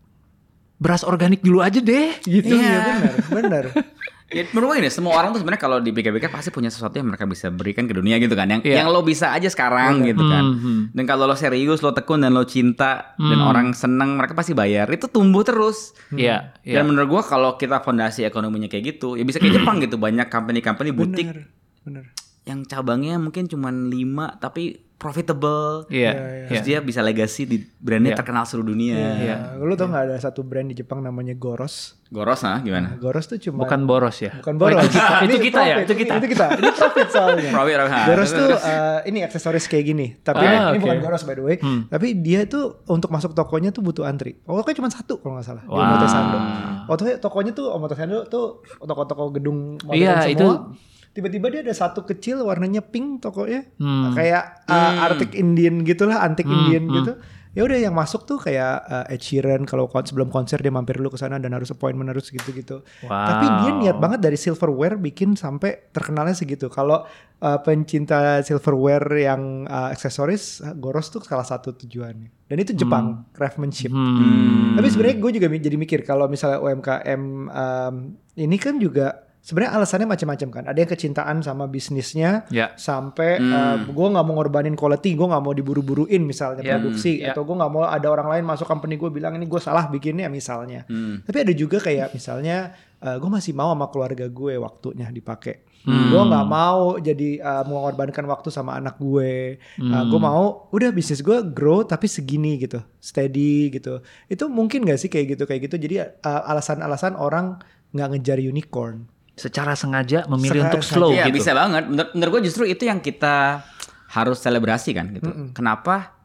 beras organik dulu aja deh gitu. Iya yeah, benar, benar. Ya, menurut gue ini semua orang tuh sebenarnya kalau dipikir-pikir pasti punya sesuatu yang mereka bisa berikan ke dunia gitu kan, yang yeah. yang lo bisa aja sekarang okay. gitu kan. Mm-hmm. Dan kalau lo serius, lo tekun dan lo cinta mm. dan orang seneng, mereka pasti bayar. Itu tumbuh terus. Iya. Yeah, yeah. Dan menurut gue kalau kita fondasi ekonominya kayak gitu, ya bisa kayak Jepang gitu, banyak company-company butik. Bener, bener. Yang cabangnya mungkin cuma lima tapi profitable. Iya. Yeah, yeah. Terus yeah. dia bisa legacy di brandnya yeah. terkenal seluruh dunia. Iya. Yeah. Yeah. Lu tau nggak ada satu brand di Jepang namanya Goros? Goros nah gimana? Nah, Goros tuh cuma bukan boros ya. Bukan boros. Oh, itu kita, itu kita profit, ya. Itu kita. Ini, itu kita. Ini profit soalnya. Profit. Goros tuh uh, ini aksesoris kayak gini. Tapi ah, ini okay. bukan Goros by the way. Hmm. Tapi dia tuh untuk masuk tokonya tuh butuh antri. Pokoknya cuma satu kalau nggak salah. Wow. Di Omotesando. Waktu tokonya tuh Omotesando tuh toko-toko gedung modern yeah, semua. Itu tiba-tiba dia ada satu kecil warnanya pink tokonya, hmm. kayak uh, hmm. Arctic Indian gitulah, antik hmm. Indian hmm. gitu. Ya udah yang masuk tuh kayak uh, Ed Sheeran kalau sebelum konser dia mampir dulu ke sana dan harus appointment harus gitu-gitu. Wow. Tapi dia niat banget dari silverware bikin sampai terkenalnya segitu. Kalau uh, pencinta silverware yang uh, aksesoris, Goros tuh salah satu tujuannya. Dan itu Jepang, hmm. craftsmanship. Hmm. Tapi sebenarnya gue juga jadi mikir kalau misalnya U M K M um, ini kan juga sebenarnya alasannya macam-macam kan. Ada yang kecintaan sama bisnisnya, yeah. sampai hmm. uh, gue nggak mau ngorbanin quality, gue nggak mau diburu-buruin misalnya yeah. produksi, yeah. atau gue nggak mau ada orang lain masuk company gue bilang ini gue salah bikinnya misalnya. Hmm. Tapi ada juga kayak misalnya uh, gue masih mau sama keluarga gue waktunya dipakai. Hmm. Gue nggak mau jadi uh, mengorbankan waktu sama anak gue. Hmm. Uh, gue mau udah bisnis gue grow tapi segini gitu, steady gitu. Itu mungkin nggak sih kayak gitu kayak gitu. Jadi uh, alasan-alasan orang nggak ngejar unicorn. Secara sengaja memilih Sengaja, untuk slow ya, gitu. Bisa banget. Menur- menurut gue justru itu yang kita harus selebrasi kan gitu. Mm-mm. Kenapa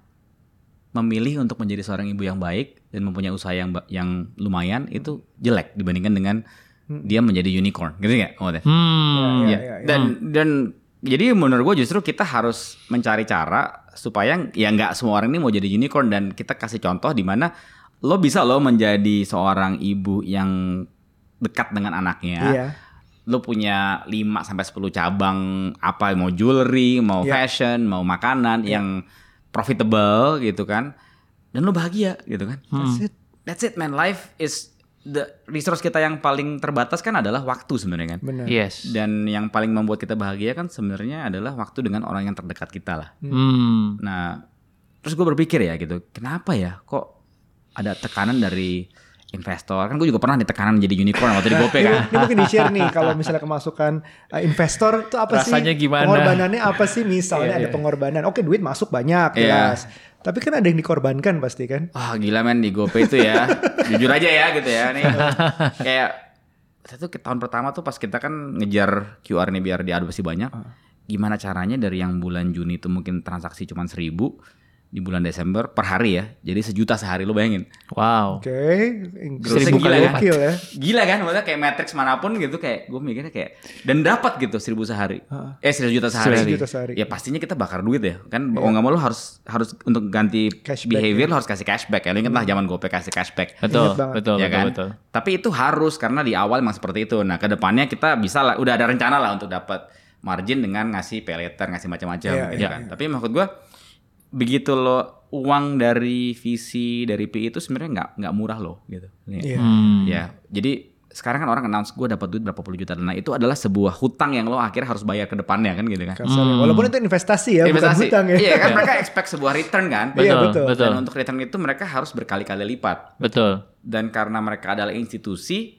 memilih untuk menjadi seorang ibu yang baik dan mempunyai usaha yang yang lumayan itu jelek dibandingkan dengan mm. dia menjadi unicorn, gitu nggak? Oh, hmm. ya, ya, ya, ya. Dan dan jadi menurut gue justru kita harus mencari cara supaya ya nggak semua orang ini mau jadi unicorn, dan kita kasih contoh di mana lo bisa lo menjadi seorang ibu yang dekat dengan anaknya. Iya. Lo punya lima sampai sepuluh cabang, apa mau jewelry, mau yeah. fashion, mau makanan yeah. yang profitable gitu kan. Dan lo bahagia gitu kan. Hmm. That's it. That's it man. Life is the resource kita yang paling terbatas kan adalah waktu sebenarnya kan. Benar. Yes. Dan yang paling membuat kita bahagia kan sebenarnya adalah waktu dengan orang yang terdekat kita lah. Hmm. Nah, terus gue berpikir ya gitu, kenapa ya kok ada tekanan dari investor? Kan gue juga pernah ditekanan jadi unicorn waktu di GoPay kan. Ini mungkin di-share nih kalau misalnya kemasukan uh, investor itu apa rasanya sih? Gimana? Pengorbanannya apa sih? Misalnya yeah, ada yeah. pengorbanan. Oke, duit masuk banyak jelas. Yeah. Tapi kan ada yang dikorbankan pasti kan? Wah, gila men di GoPay itu ya. Jujur aja ya gitu ya nih. Kayak satu tahun pertama tuh pas kita kan ngejar Q R nih biar diadopsi banyak. Gimana caranya dari yang bulan Juni itu mungkin transaksi cuma seribu, di bulan Desember per hari ya, jadi sejuta sehari, lo bayangin. Wow. Oke, okay. Seribu kali kan? Ya. Gila kan, maksudnya kayak matrix manapun gitu, kayak gue mikirnya kayak dan dapat gitu seribu sehari, uh, eh seribu juta sehari. Seribu juta sehari. Ya pastinya kita bakar duit ya, kan. Mau yeah. nggak mau lo harus harus untuk ganti cashback behavior ya. Lo harus kasih cashback ya. Lo inget lah zaman GoPay kasih cashback. Betul, betul, ya betul, kan? betul. Tapi itu harus karena di awal emang seperti itu. Nah kedepannya kita bisa lah, udah ada rencana lah untuk dapat margin dengan ngasih pay later, ngasih macam-macam yeah, gitu yeah, kan. Yeah. Tapi maksud gue begitu lo uang dari V C dari P I itu sebenarnya nggak nggak murah loh gitu. Yeah. Hmm. Ya, jadi sekarang kan orang announce gue dapat duit berapa puluh juta, nah itu adalah sebuah hutang yang lo akhirnya harus bayar ke depannya kan gitu kan. Hmm. Walaupun itu investasi ya, investasi. bukan hutang ya. Iya kan mereka expect sebuah return kan. Betul, iya, betul. betul. Dan untuk return itu mereka harus berkali-kali lipat. Betul. Dan karena mereka adalah institusi,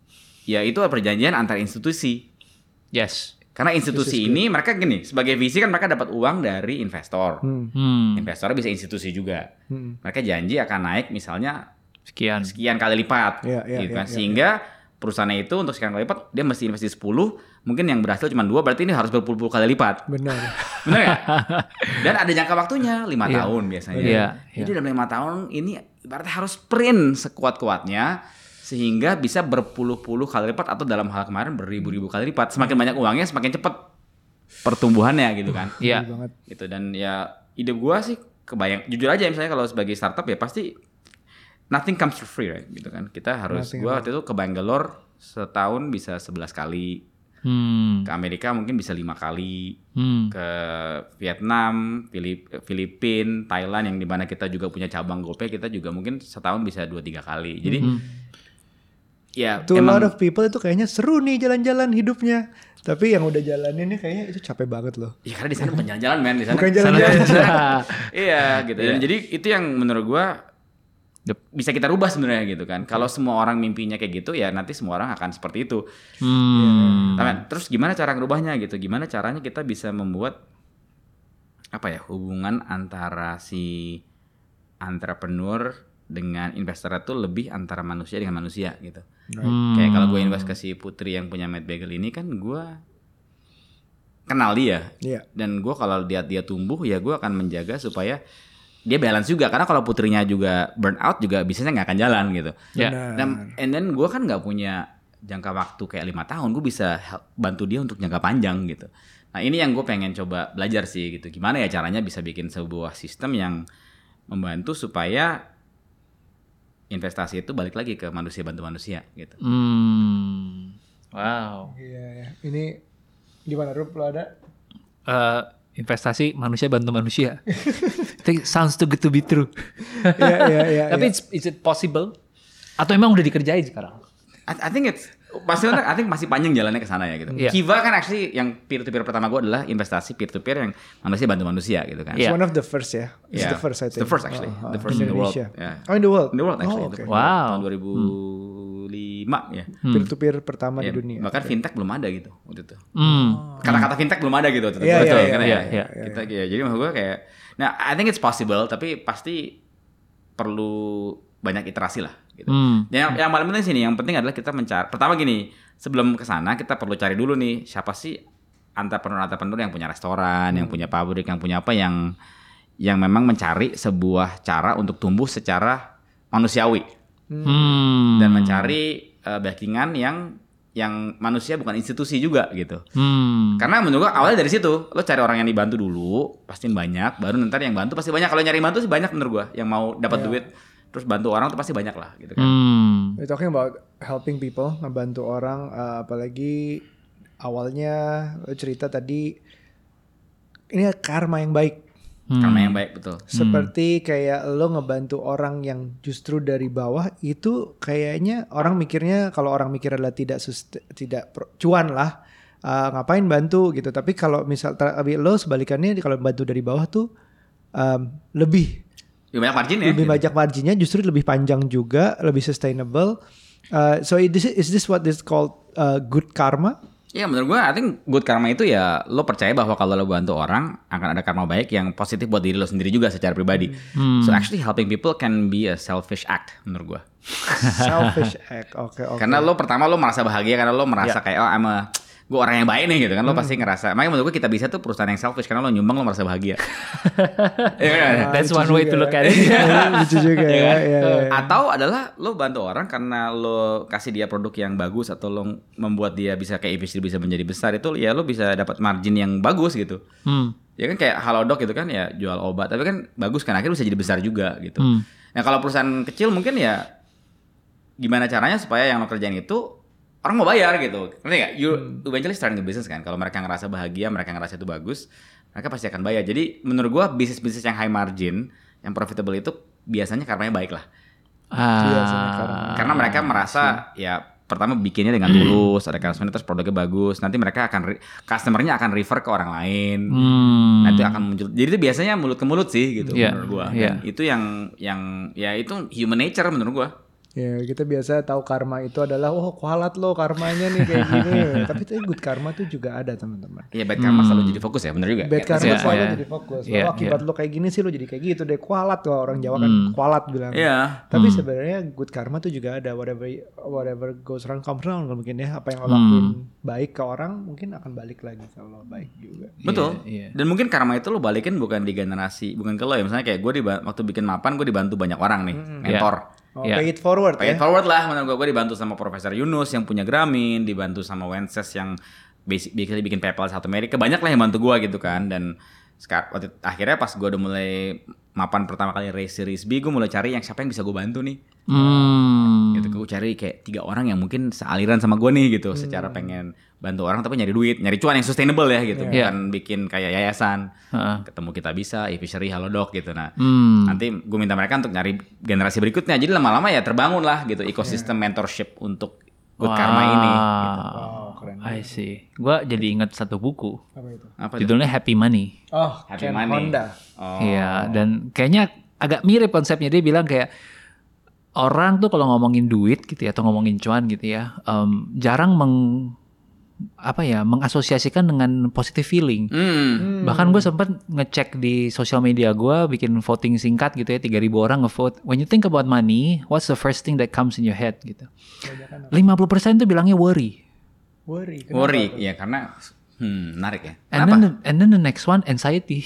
ya itu perjanjian antar institusi. Yes. Karena institusi ini mereka gini, sebagai V C kan mereka dapat uang dari investor. Hmm. Hmm. Investornya bisa institusi juga. Hmm. Mereka janji akan naik misalnya sekian sekian kali lipat, ya, ya, gitu kan. Ya, ya, sehingga ya. perusahaannya itu untuk sekian kali lipat dia mesti investasi sepuluh, mungkin yang berhasil cuma dua, berarti ini harus berpuluh-puluh kali lipat. Benar. Benar ya? Dan ada jangka waktunya lima ya. tahun biasanya. Ya, Jadi ya. dalam lima tahun ini ibaratnya harus sprint sekuat-kuatnya sehingga bisa berpuluh-puluh kali lipat atau dalam hal kemarin beribu-ribu kali lipat. Semakin banyak uangnya, semakin cepat pertumbuhannya gitu kan. Iya. banget. Gitu, dan ya ide gua sih kebayang, jujur aja misalnya kalau sebagai startup ya pasti nothing comes for free, right? Gitu kan. Kita harus, nothing gua waktu itu ke Bangalore setahun bisa sebelas kali. Hmm. Ke Amerika mungkin bisa lima kali, hmm. ke Vietnam, Filip, Filipina, Thailand yang dimana kita juga punya cabang GoPay, kita juga mungkin setahun bisa dua tiga kali. Jadi hmm. ya to emang, a lot of people itu kayaknya seru nih jalan-jalan hidupnya, tapi yang udah jalanin nih kayaknya itu capek banget loh. Ya karena di sana bukan jalan-jalan men, di sana bukan jalan-jalan. Iya gitu. Dan yeah. jadi itu yang menurut gua bisa kita rubah sebenarnya gitu kan. Kalau semua orang mimpinya kayak gitu ya nanti semua orang akan seperti itu. Hmm. Ya. Terus gimana cara ngerubahnya gitu? Gimana caranya kita bisa membuat apa ya hubungan antara si entrepreneur dengan investor itu lebih antara manusia dengan manusia gitu. Hmm. Kayak kalau gue invest ke si Putri yang punya Mad Bagel ini kan gue kenal dia. Yeah. Dan gue kalau lihat dia tumbuh ya gue akan menjaga supaya dia balance juga, karena kalau Putrinya juga burn out juga bisnisnya nggak akan jalan gitu. Yeah. Dan and then gue kan nggak punya jangka waktu kayak lima tahun, gue bisa help, bantu dia untuk jangka panjang gitu. Nah ini yang gue pengen coba belajar sih gitu, gimana ya caranya bisa bikin sebuah sistem yang membantu supaya investasi itu balik lagi ke manusia bantu manusia gitu. Hmm. Wow. Iya ya. Ini gimana Rup, lo ada? Uh, investasi manusia bantu manusia. It sounds too good to be true. Iya iya iya. Tapi yeah. is it possible? Atau emang udah dikerjain sekarang? I, I think it's pasti I think masih panjang jalannya ke sana ya gitu. Yeah. Kiva kan actually yang peer to peer pertama gue adalah investasi peer to peer yang manusia bantu manusia gitu kan. It's yeah. one of the first ya. It's yeah. the first I think. The first actually. Oh, the first in the world. Yeah. Oh in the world. In the world actually. Oh, okay. Wow. Tahun dua ribu lima ya. Peer to peer pertama yeah. di dunia. Bahkan okay. fintech belum ada gitu waktu itu. Hmm. Kata-kata fintech belum ada gitu waktu itu. Yeah, betul yeah, kan yeah, ya. yeah, yeah, Kita yeah. ya jadi maksud gue kayak nah I think it's possible tapi pasti perlu banyak iterasi lah gitu. Hmm. Yang yang paling penting sini yang penting adalah kita mencari pertama gini, sebelum ke sana kita perlu cari dulu nih siapa sih entrepreneur-entrepreneur yang punya restoran, hmm. yang punya pabrik, yang punya apa yang yang memang mencari sebuah cara untuk tumbuh secara manusiawi. Hmm. Dan mencari uh, backingan yang yang manusia bukan institusi juga gitu. Hmm. Karena menurut gua awalnya dari situ, lo cari orang yang dibantu dulu, pasti banyak, baru nanti yang bantu pasti banyak. Kalau nyari bantu sih banyak menurut gua, yang mau dapat yeah. duit terus bantu orang tuh pasti banyak lah gitu kan. Hmm. We're talking about helping people, ngebantu orang, uh, apalagi awalnya lo cerita tadi ini karma yang baik. Hmm. Karma yang baik betul. Seperti hmm. kayak lo ngebantu orang yang justru dari bawah itu kayaknya orang mikirnya kalau orang mikir adalah tidak suste, tidak pro, cuan lah uh, ngapain bantu gitu. Tapi kalau misal tapi lo sebalikannya kalau bantu dari bawah tuh um, lebih lebih banyak margin ya. Lebih banyak marginnya justru lebih panjang juga, lebih sustainable. Uh, so is this, is this what is called uh, good karma? Ya menurut gue, I think good karma itu ya lo percaya bahwa kalau lo bantu orang akan ada karma baik yang positif buat diri lo sendiri juga secara pribadi. Hmm. So actually helping people can be a selfish act menurut gue. Selfish act, oke okay, oke. Okay. Karena lo pertama lo merasa bahagia karena lo merasa yeah. kayak oh I'm a gue orang yang baik nih gitu kan, lo hmm. pasti ngerasa. Makanya menurut gue kita bisa tuh perusahaan yang selfish karena lo nyumbang lo merasa bahagia. yeah, That's one way to look at it. Lucu juga ya. ya, ya, ya. Atau adalah lo bantu orang karena lo kasih dia produk yang bagus atau lo membuat dia bisa kayak efisien bisa menjadi besar itu ya lo bisa dapat margin yang bagus gitu. Hmm. Ya kan kayak Halodoc gitu kan ya jual obat tapi kan bagus kan akhirnya bisa jadi besar juga gitu. Hmm. Nah kalau perusahaan kecil mungkin ya gimana caranya supaya yang lo kerjain itu orang mau bayar gitu, ngerti nggak? You hmm. eventually starting a business kan. Kalau mereka ngerasa bahagia, mereka ngerasa itu bagus, mereka pasti akan bayar. Jadi menurut gua bisnis-bisnis yang high margin, yang profitable itu biasanya karmanya baik lah. Ah. Karena mereka merasa ya pertama bikinnya dengan tulus, ada customer terus produknya bagus, nanti mereka akan re- customernya akan refer ke orang lain, hmm. nanti akan muncul. Jadi itu biasanya mulut ke mulut sih gitu yeah. menurut gua. Yeah. Itu yang yang ya itu human nature menurut gua. Ya kita biasa tahu karma itu adalah oh kualat lo karmanya nih kayak gini. Tapi itu good karma tuh juga ada teman-teman. Iya bad karma hmm. selalu jadi fokus ya benar juga. Bad karma ya, selalu ya. jadi fokus. Yeah, oh akibat yeah. lo kayak gini sih lo jadi kayak gitu deh kualat tuh orang Jawa kan hmm. kualat bilang. Yeah. Tapi hmm. sebenarnya good karma tuh juga ada whatever whatever goes around comes around mungkin ya apa yang lo lakuin hmm. baik ke orang mungkin akan balik lagi kalau baik juga. Betul. Yeah, yeah. Dan mungkin karma itu lo balikin bukan di generasi bukan ke lo ya misalnya kayak gue di waktu bikin mapan gue dibantu banyak orang nih hmm. mentor. Yeah. Oh, yeah. Pay it forward pay ya? Pay it forward lah menurut gue. Gue dibantu sama Profesor Yunus yang punya Grameen, dibantu sama Wences yang basically bikin PayPal South America. Banyak lah yang bantu gue gitu kan. Dan sekarang, waktu, akhirnya pas gue udah mulai mapan pertama kali raise series B, gue mulai cari yang siapa yang bisa gue bantu nih. Hmm. Gitu, gue cari kayak tiga orang yang mungkin sealiran sama gue nih gitu. Hmm. Secara pengen bantu orang tapi nyari duit, nyari cuan yang sustainable ya gitu. Yeah. Bukan bikin kayak yayasan. Uh-huh. Ketemu kita bisa, e-fishery, Halodoc gitu. Nah, hmm. nanti gue minta mereka untuk nyari generasi berikutnya. Jadi lama-lama ya terbangun lah gitu ekosistem yeah. mentorship untuk Good wow. Karma ini. Gitu. Wow, keren. I see. Gue jadi ingat satu buku. Apa itu? Apa Judulnya itu? Happy Money. Oh, Happy Money. Honda. Oh. Iya, dan kayaknya agak mirip konsepnya. Dia bilang kayak orang tuh kalau ngomongin duit gitu ya, atau ngomongin cuan gitu ya, um, jarang meng apa ya mengasosiasikan dengan positive feeling. Mm. Bahkan gue sempat ngecek di sosial media gue, bikin voting singkat gitu ya, tiga ribu orang ngevote. When you think about money, what's the first thing that comes in your head gitu? lima puluh persen tuh bilangnya worry. Worry. Worry, ya karena hmm, menarik ya. And then, the, and then the next one anxiety.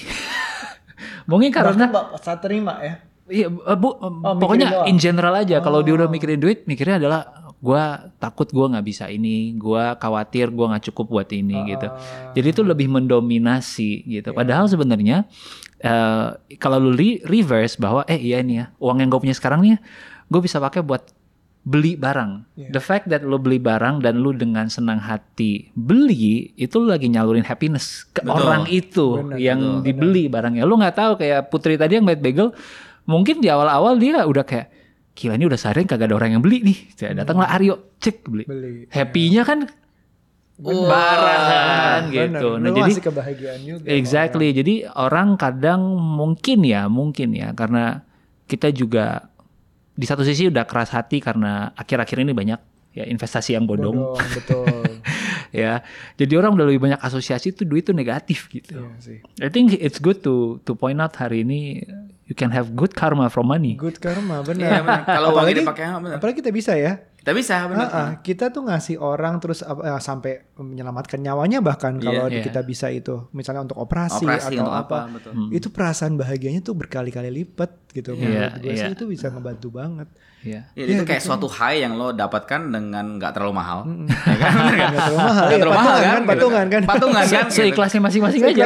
Mungkin karena saat terima ya. Iya, bu, oh, pokoknya in general aja. Oh. Kalau dia udah mikirin duit, mikirnya adalah gue takut gue nggak bisa ini, gue khawatir gue nggak cukup buat ini uh, gitu. Jadi itu lebih mendominasi gitu. Yeah. Padahal sebenarnya uh, kalau lu re- reverse bahwa eh iya nih ya uang yang gue punya sekarang nih, gue bisa pakai buat beli barang. Yeah. The fact that lu beli barang dan lu dengan senang hati beli, itu lu lagi nyalurin happiness ke betul. Orang itu benar, yang betul, dibeli benar. Barangnya. Lu nggak tahu kayak Putri tadi yang ngeliat bagel, mungkin di awal-awal dia udah kayak gila ini udah seharian kagak ada orang yang beli nih. Datanglah Aryo, cek beli. beli. Happy-nya kan bener. Barang kan gitu. Bener. Nah, lu jadi kebahagiaan juga. Exactly. Orang. Jadi orang kadang mungkin ya, mungkin ya karena kita juga di satu sisi udah keras hati karena akhir-akhir ini banyak ya investasi yang bodong. Bodong, betul. Ya. Jadi orang udah lebih banyak asosiasi tuh duit tuh negatif gitu. Iya sih. I think it's good to to point out hari ini you can have good karma from money. Good karma, benar. Iya, benar. Kalau uang ini pakai benar. Apalagi kita bisa ya. Kita bisa, benar. Uh-uh, kita tuh ngasih orang terus uh, sampai menyelamatkan nyawanya bahkan kalau yeah, kita yeah. bisa itu. Misalnya untuk operasi, operasi atau apa. apa betul. Itu perasaan bahagianya tuh berkali-kali lipat gitu. Yeah, Menurut gue yeah. sih itu bisa ngebantu banget. Iya. Ya, itu kayak gitu. Suatu high yang lo dapatkan dengan nggak terlalu mahal. Mm-hmm. Ya kan? Nggak terlalu mahal. Iya, patungan kan, kan, patungan kan. Patungan kan. Seikhlasnya masing-masing aja.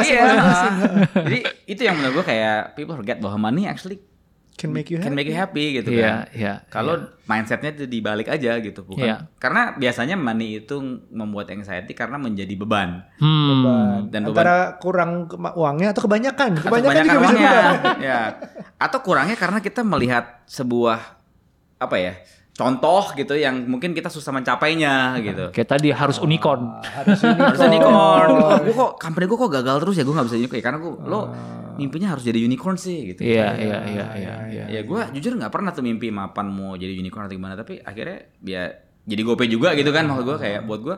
Jadi itu yang menurut gue kayak people forget bahwa money actually can make you happy, can make you happy gitu yeah, kan. Yeah, kalau yeah. mindsetnya itu dibalik aja gitu, bukan? Yeah. Karena biasanya money itu membuat anxiety karena menjadi beban. Hmm. Beban. Dan antara beban, kurang uangnya atau kebanyakan. Kebanyakan, kebanyakan juga uangnya. Bisa Ya. Atau kurangnya karena kita melihat sebuah apa ya? Contoh gitu yang mungkin kita susah mencapainya gitu. Kayak tadi harus oh, unicorn. Harus unicorn. Harus unicorn. Oh, gue kok company gue kok gagal terus ya, gue nggak bisa unicorn ya, karena gue oh. lo mimpinya harus jadi unicorn sih gitu. Iya iya iya iya. Ya gue jujur nggak pernah tuh mimpi mapan mau jadi unicorn atau gimana, tapi akhirnya ya jadi GoPay juga gitu kan, maksud gue kayak buat gue.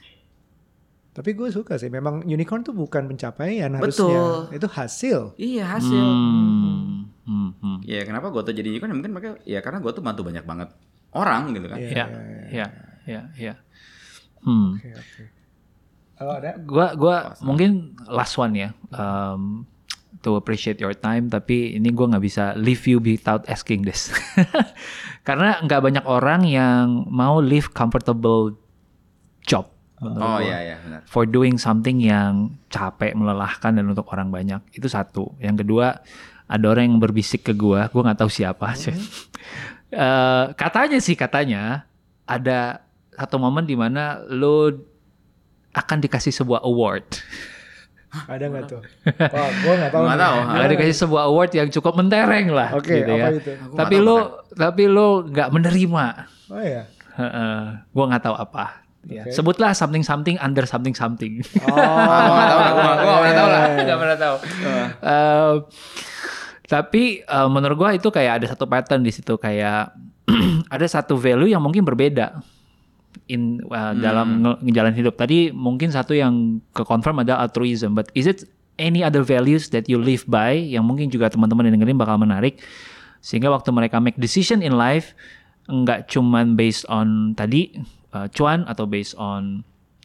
Tapi gue suka sih, memang unicorn tuh bukan pencapaian harusnya. Betul. Itu hasil. Iya hasil. Hmm. Hmm. Hmm. Ya kenapa gue tuh jadi unicorn? Mungkin makanya ya karena gue tuh bantu banyak banget orang gitu kan. Iya iya iya iya. Hmm. Oke oke. Kalau ada? Gua gua awesome. Mungkin last one ya. Um, to appreciate your time, tapi ini gue nggak bisa leave you without asking this. Karena nggak banyak orang yang mau leave comfortable job. Oh iya iya benar. For doing something yang capek, melelahkan dan untuk orang banyak. Itu satu. Yang kedua, ada orang yang berbisik ke gue, gue nggak tahu siapa. Mm-hmm. uh, katanya sih katanya ada satu momen di mana lo akan dikasih sebuah award. Ada nggak tuh? Wah, gue nggak tahu. Nggak tahu. Ada dikasih sebuah award yang cukup mentereng lah. Oke, okay, gitu apa ya. itu? Tapi lo, tapi lo nggak menerima. Oh ya. Uh, gue nggak tahu apa. Okay. Ya. Sebutlah something something under something something. Oh, gue nggak tahu lah. Gue nggak pernah tahu lah. Nggak pernah tahu. Uh, tapi uh, menurut gue itu kayak ada satu pattern di situ, kayak ada satu value yang mungkin berbeda in uh, hmm. dalam ngejalan hidup. Tadi mungkin satu yang ke confirm adalah altruism, but is it any other values that you live by yang mungkin juga teman-teman yang dengerin bakal menarik, sehingga waktu mereka make decision in life nggak cuman based on tadi uh, cuan atau based on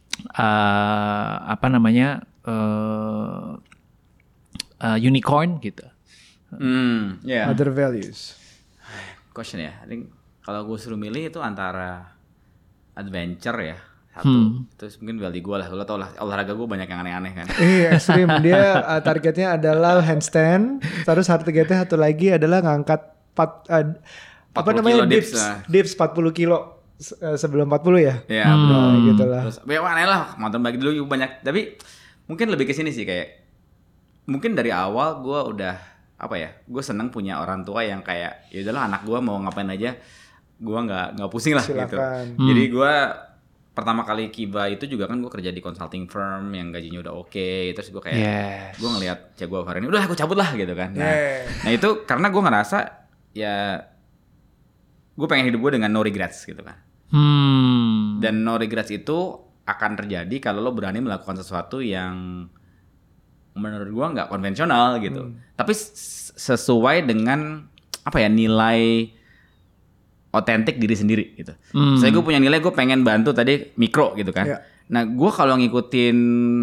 uh, apa namanya uh, uh, unicorn gitu. Hmm, yeah. Other values. Question ya, I think kalau gue suruh milih itu antara adventure ya satu, hmm. terus mungkin value gue lah, lo tau lah olahraga gue banyak yang aneh-aneh kan. Iya ekstrim, dia uh, targetnya adalah handstand, terus targetnya satu lagi adalah ngangkat empat, uh, apa namanya dips, dips, nah. dips empat puluh kilo uh, sebelum empat puluh ya. Iya hmm. betul. Nah, gitu lah. Terus ya aneh lah, mountain bike dulu banyak, tapi mungkin lebih ke sini sih kayak, mungkin dari awal gue udah apa ya, gue seneng punya orang tua yang kayak ya udahlah anak gue mau ngapain aja gue nggak nggak pusing lah. Silakan. Gitu. Hmm. Jadi gue pertama kali Kiba itu juga kan gue kerja di consulting firm yang gajinya udah oke, okay. Terus gue kayak yes. gue ngelihat cek gue hari ini udah aku cabut lah gitu kan. Nah, yeah. nah itu karena gue ngerasa ya gue pengen hidup gue dengan no regrets gitu kan. Hmm. Dan no regrets itu akan terjadi kalau lo berani melakukan sesuatu yang menurut gue nggak konvensional gitu, hmm. tapi sesuai dengan apa ya nilai otentik diri sendiri gitu. Hmm. Saya gue punya nilai gue pengen bantu tadi mikro gitu kan. Yeah. Nah gue kalau ngikutin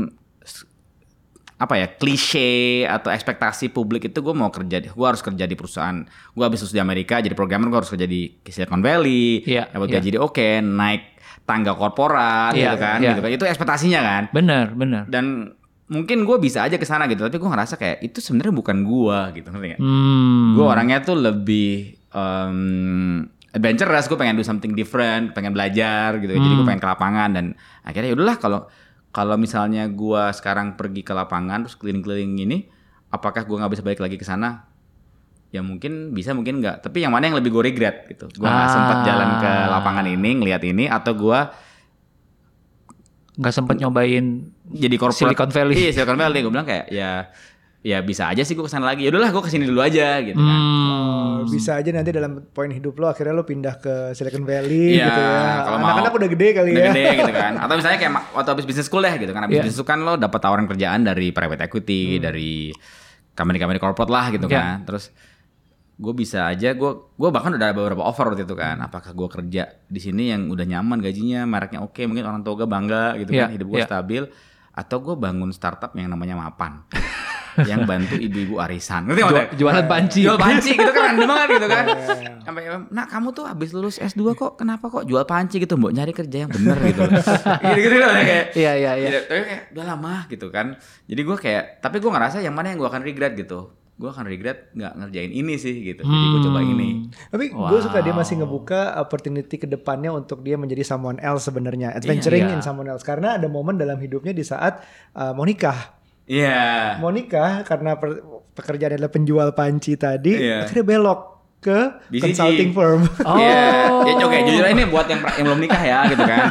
apa ya klise atau ekspektasi publik itu gue mau kerja, gue harus kerja di perusahaan. Gue habis lulus di Amerika jadi programmer, gue harus kerja di Silicon Valley, yeah. dapat yeah. gaji di oke, okay, naik tangga korporat yeah. gitu kan, yeah. gitu kan. Itu ekspektasinya kan. Benar, benar. Dan mungkin gue bisa aja kesana gitu, tapi gue ngerasa kayak itu sebenarnya bukan gue gitu, ngerti nggak? Hmm. Gue orangnya tuh lebih um, adventurous, gue pengen do something different, pengen belajar gitu, hmm. jadi gue pengen ke lapangan dan akhirnya yaudahlah kalau kalau misalnya gue sekarang pergi ke lapangan terus keliling-keliling ini, apakah gue nggak bisa balik lagi ke sana? Ya mungkin bisa, mungkin nggak. Tapi yang mana yang lebih gue regret gitu? Gue nggak ah. sempat jalan ke lapangan ini, ngeliat ini, atau gue nggak sempat nyobain jadi corporate Silicon Valley. Iya, Silicon Valley. Gue bilang kayak ya ya bisa aja sih gue kesana lagi. Yaudahlah gue kesini dulu aja gitu kan. Hmm. Bisa aja nanti dalam poin hidup lo akhirnya lo pindah ke Silicon Valley ya, gitu ya. Kalau anak-anak udah gede kali udah ya. Gede gitu kan. Atau misalnya kayak waktu habis business school ya gitu kan. Habis yeah. business school kan lo dapat tawaran kerjaan dari private equity, hmm. dari company-company corporate lah gitu yeah. kan. Terus gue bisa aja, gue gue bahkan udah ada beberapa offer waktu itu kan. Apakah gue kerja di sini yang udah nyaman gajinya, mereknya oke, okay, mungkin orang tua gue bangga gitu yeah, kan, hidup gue yeah. stabil, atau gue bangun startup yang namanya Mapan, yang bantu ibu-ibu arisan. Ngerti Jual, jualan panci, jual panci gitu kan, random banget gitu kan. Sampai, nak kamu tuh habis lulus S dua kok, kenapa kok jual panci gitu, mbok nyari kerja yang bener gitu. Gitu-gitu loh kayak. Iya iya iya. Tapi kayak udah lama gitu kan. Jadi gue kayak, tapi gue ngerasa yang mana yang gue akan regret gitu. Gue akan regret nggak ngerjain ini sih gitu, jadi gue hmm. coba ini. Tapi wow. gue suka dia masih ngebuka opportunity ke depannya untuk dia menjadi someone else sebenarnya, adventuring yeah, yeah. in someone else. Karena ada momen dalam hidupnya di saat uh, mau nikah. Iya. Yeah. Mau nikah karena per, pekerjaan adalah penjual panci tadi, yeah. akhirnya belok ke B C G. Consulting firm. Oh. Iya. Ya oke, jujur ini buat yang yang belum nikah ya gitu kan.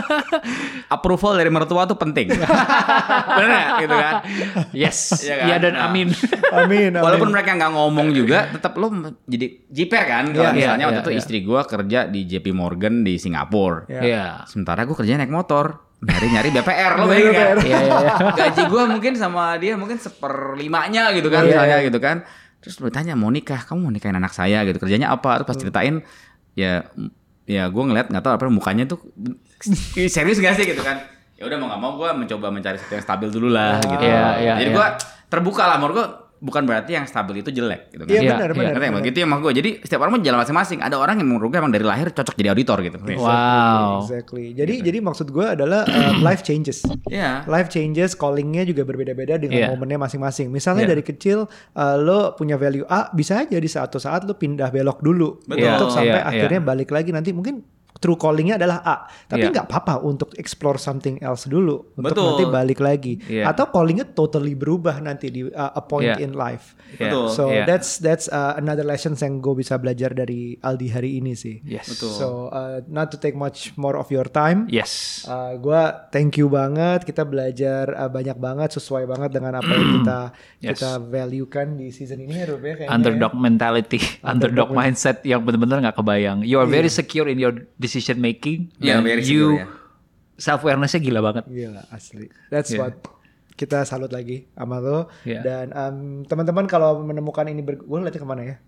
Approval dari mertua tuh penting. Bener gak? Gitu kan? Yes. Iya ya, dan amin. amin. Amin. Walaupun mereka nggak ngomong juga, tetap lo jadi jiper kan. Kalau yeah, misalnya yeah, waktu yeah, itu yeah. istri gue kerja di J P Morgan di Singapura. Iya. Yeah. Yeah. Sementara gue kerja naik motor. Nyari-nyari B P R lo bayangin kan? Iya, iya, iya. Gaji gue mungkin sama dia mungkin seperlimanya gitu kan, yeah, misalnya yeah. gitu kan. Terus lu tanya mau nikah, kamu mau nikahin anak saya gitu, kerjanya apa? Terus pas ceritain, ya ya gue ngeliat nggak tahu apa mukanya tuh serius nggak sih gitu kan? Ya udah mau nggak mau gue mencoba mencari sesuatu yang stabil dulu lah gitu. Iya, iya, Jadi iya. gue terbuka lah, menurut gue bukan berarti yang stabil itu jelek gitu kan? Iya benar benar. Karena begitu ya maksud gue. Jadi setiap orang jalan masing-masing. Ada orang yang menurut gue emang dari lahir cocok jadi auditor gitu. Wow. Exactly. Jadi gitu. Jadi maksud gue adalah uh, life changes. Iya. Yeah. Life changes, callingnya juga berbeda-beda dengan yeah. momennya masing-masing. Misalnya yeah. dari kecil uh, lo punya value A, bisa aja di suatu saat lo pindah belok dulu. Betul. Untuk sampai yeah, akhirnya yeah. balik lagi nanti mungkin true callingnya adalah A, tapi nggak yeah. apa-apa untuk explore something else dulu, untuk Betul. nanti balik lagi, yeah. atau callingnya totally berubah nanti di uh, a point yeah. in life. Yeah. Betul. So yeah. that's that's uh, another lesson yang gue bisa belajar dari Aldi hari ini sih. Yes. Betul. So uh, not to take much more of your time. Yes. Uh, gue thank you banget, kita belajar uh, banyak banget, sesuai banget dengan apa yang kita yes. kita valuekan di season ini ya, Rup, ya, underdog ya. mentality, underdog, underdog mindset yang benar-benar nggak kebayang. You are yeah. very secure in your decision making. Yeah, dan you ya. self awareness-nya gila banget. Gila asli. That's yeah. what kita salut lagi sama lo. Yeah. Dan um, teman-teman kalau menemukan ini berguna, gue lihatnya kemana ya?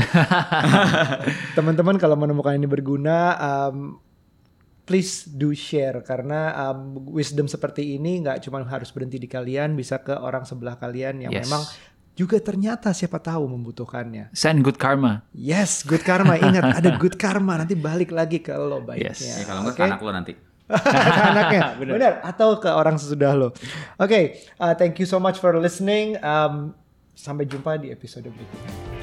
Teman-teman kalau menemukan ini berguna, um, please do share karena um, wisdom seperti ini nggak cuma harus berhenti di kalian, bisa ke orang sebelah kalian yang yes. memang juga ternyata siapa tahu membutuhkannya. Send good karma. Yes, good karma. Ingat ada good karma, nanti balik lagi ke lo baiknya. Yes. Ya, kalau enggak okay. Anak lo nanti. Anaknya, benar. benar. Atau ke orang sesudah lo. Oke, okay, uh, thank you so much for listening. Um, sampai jumpa di episode berikutnya.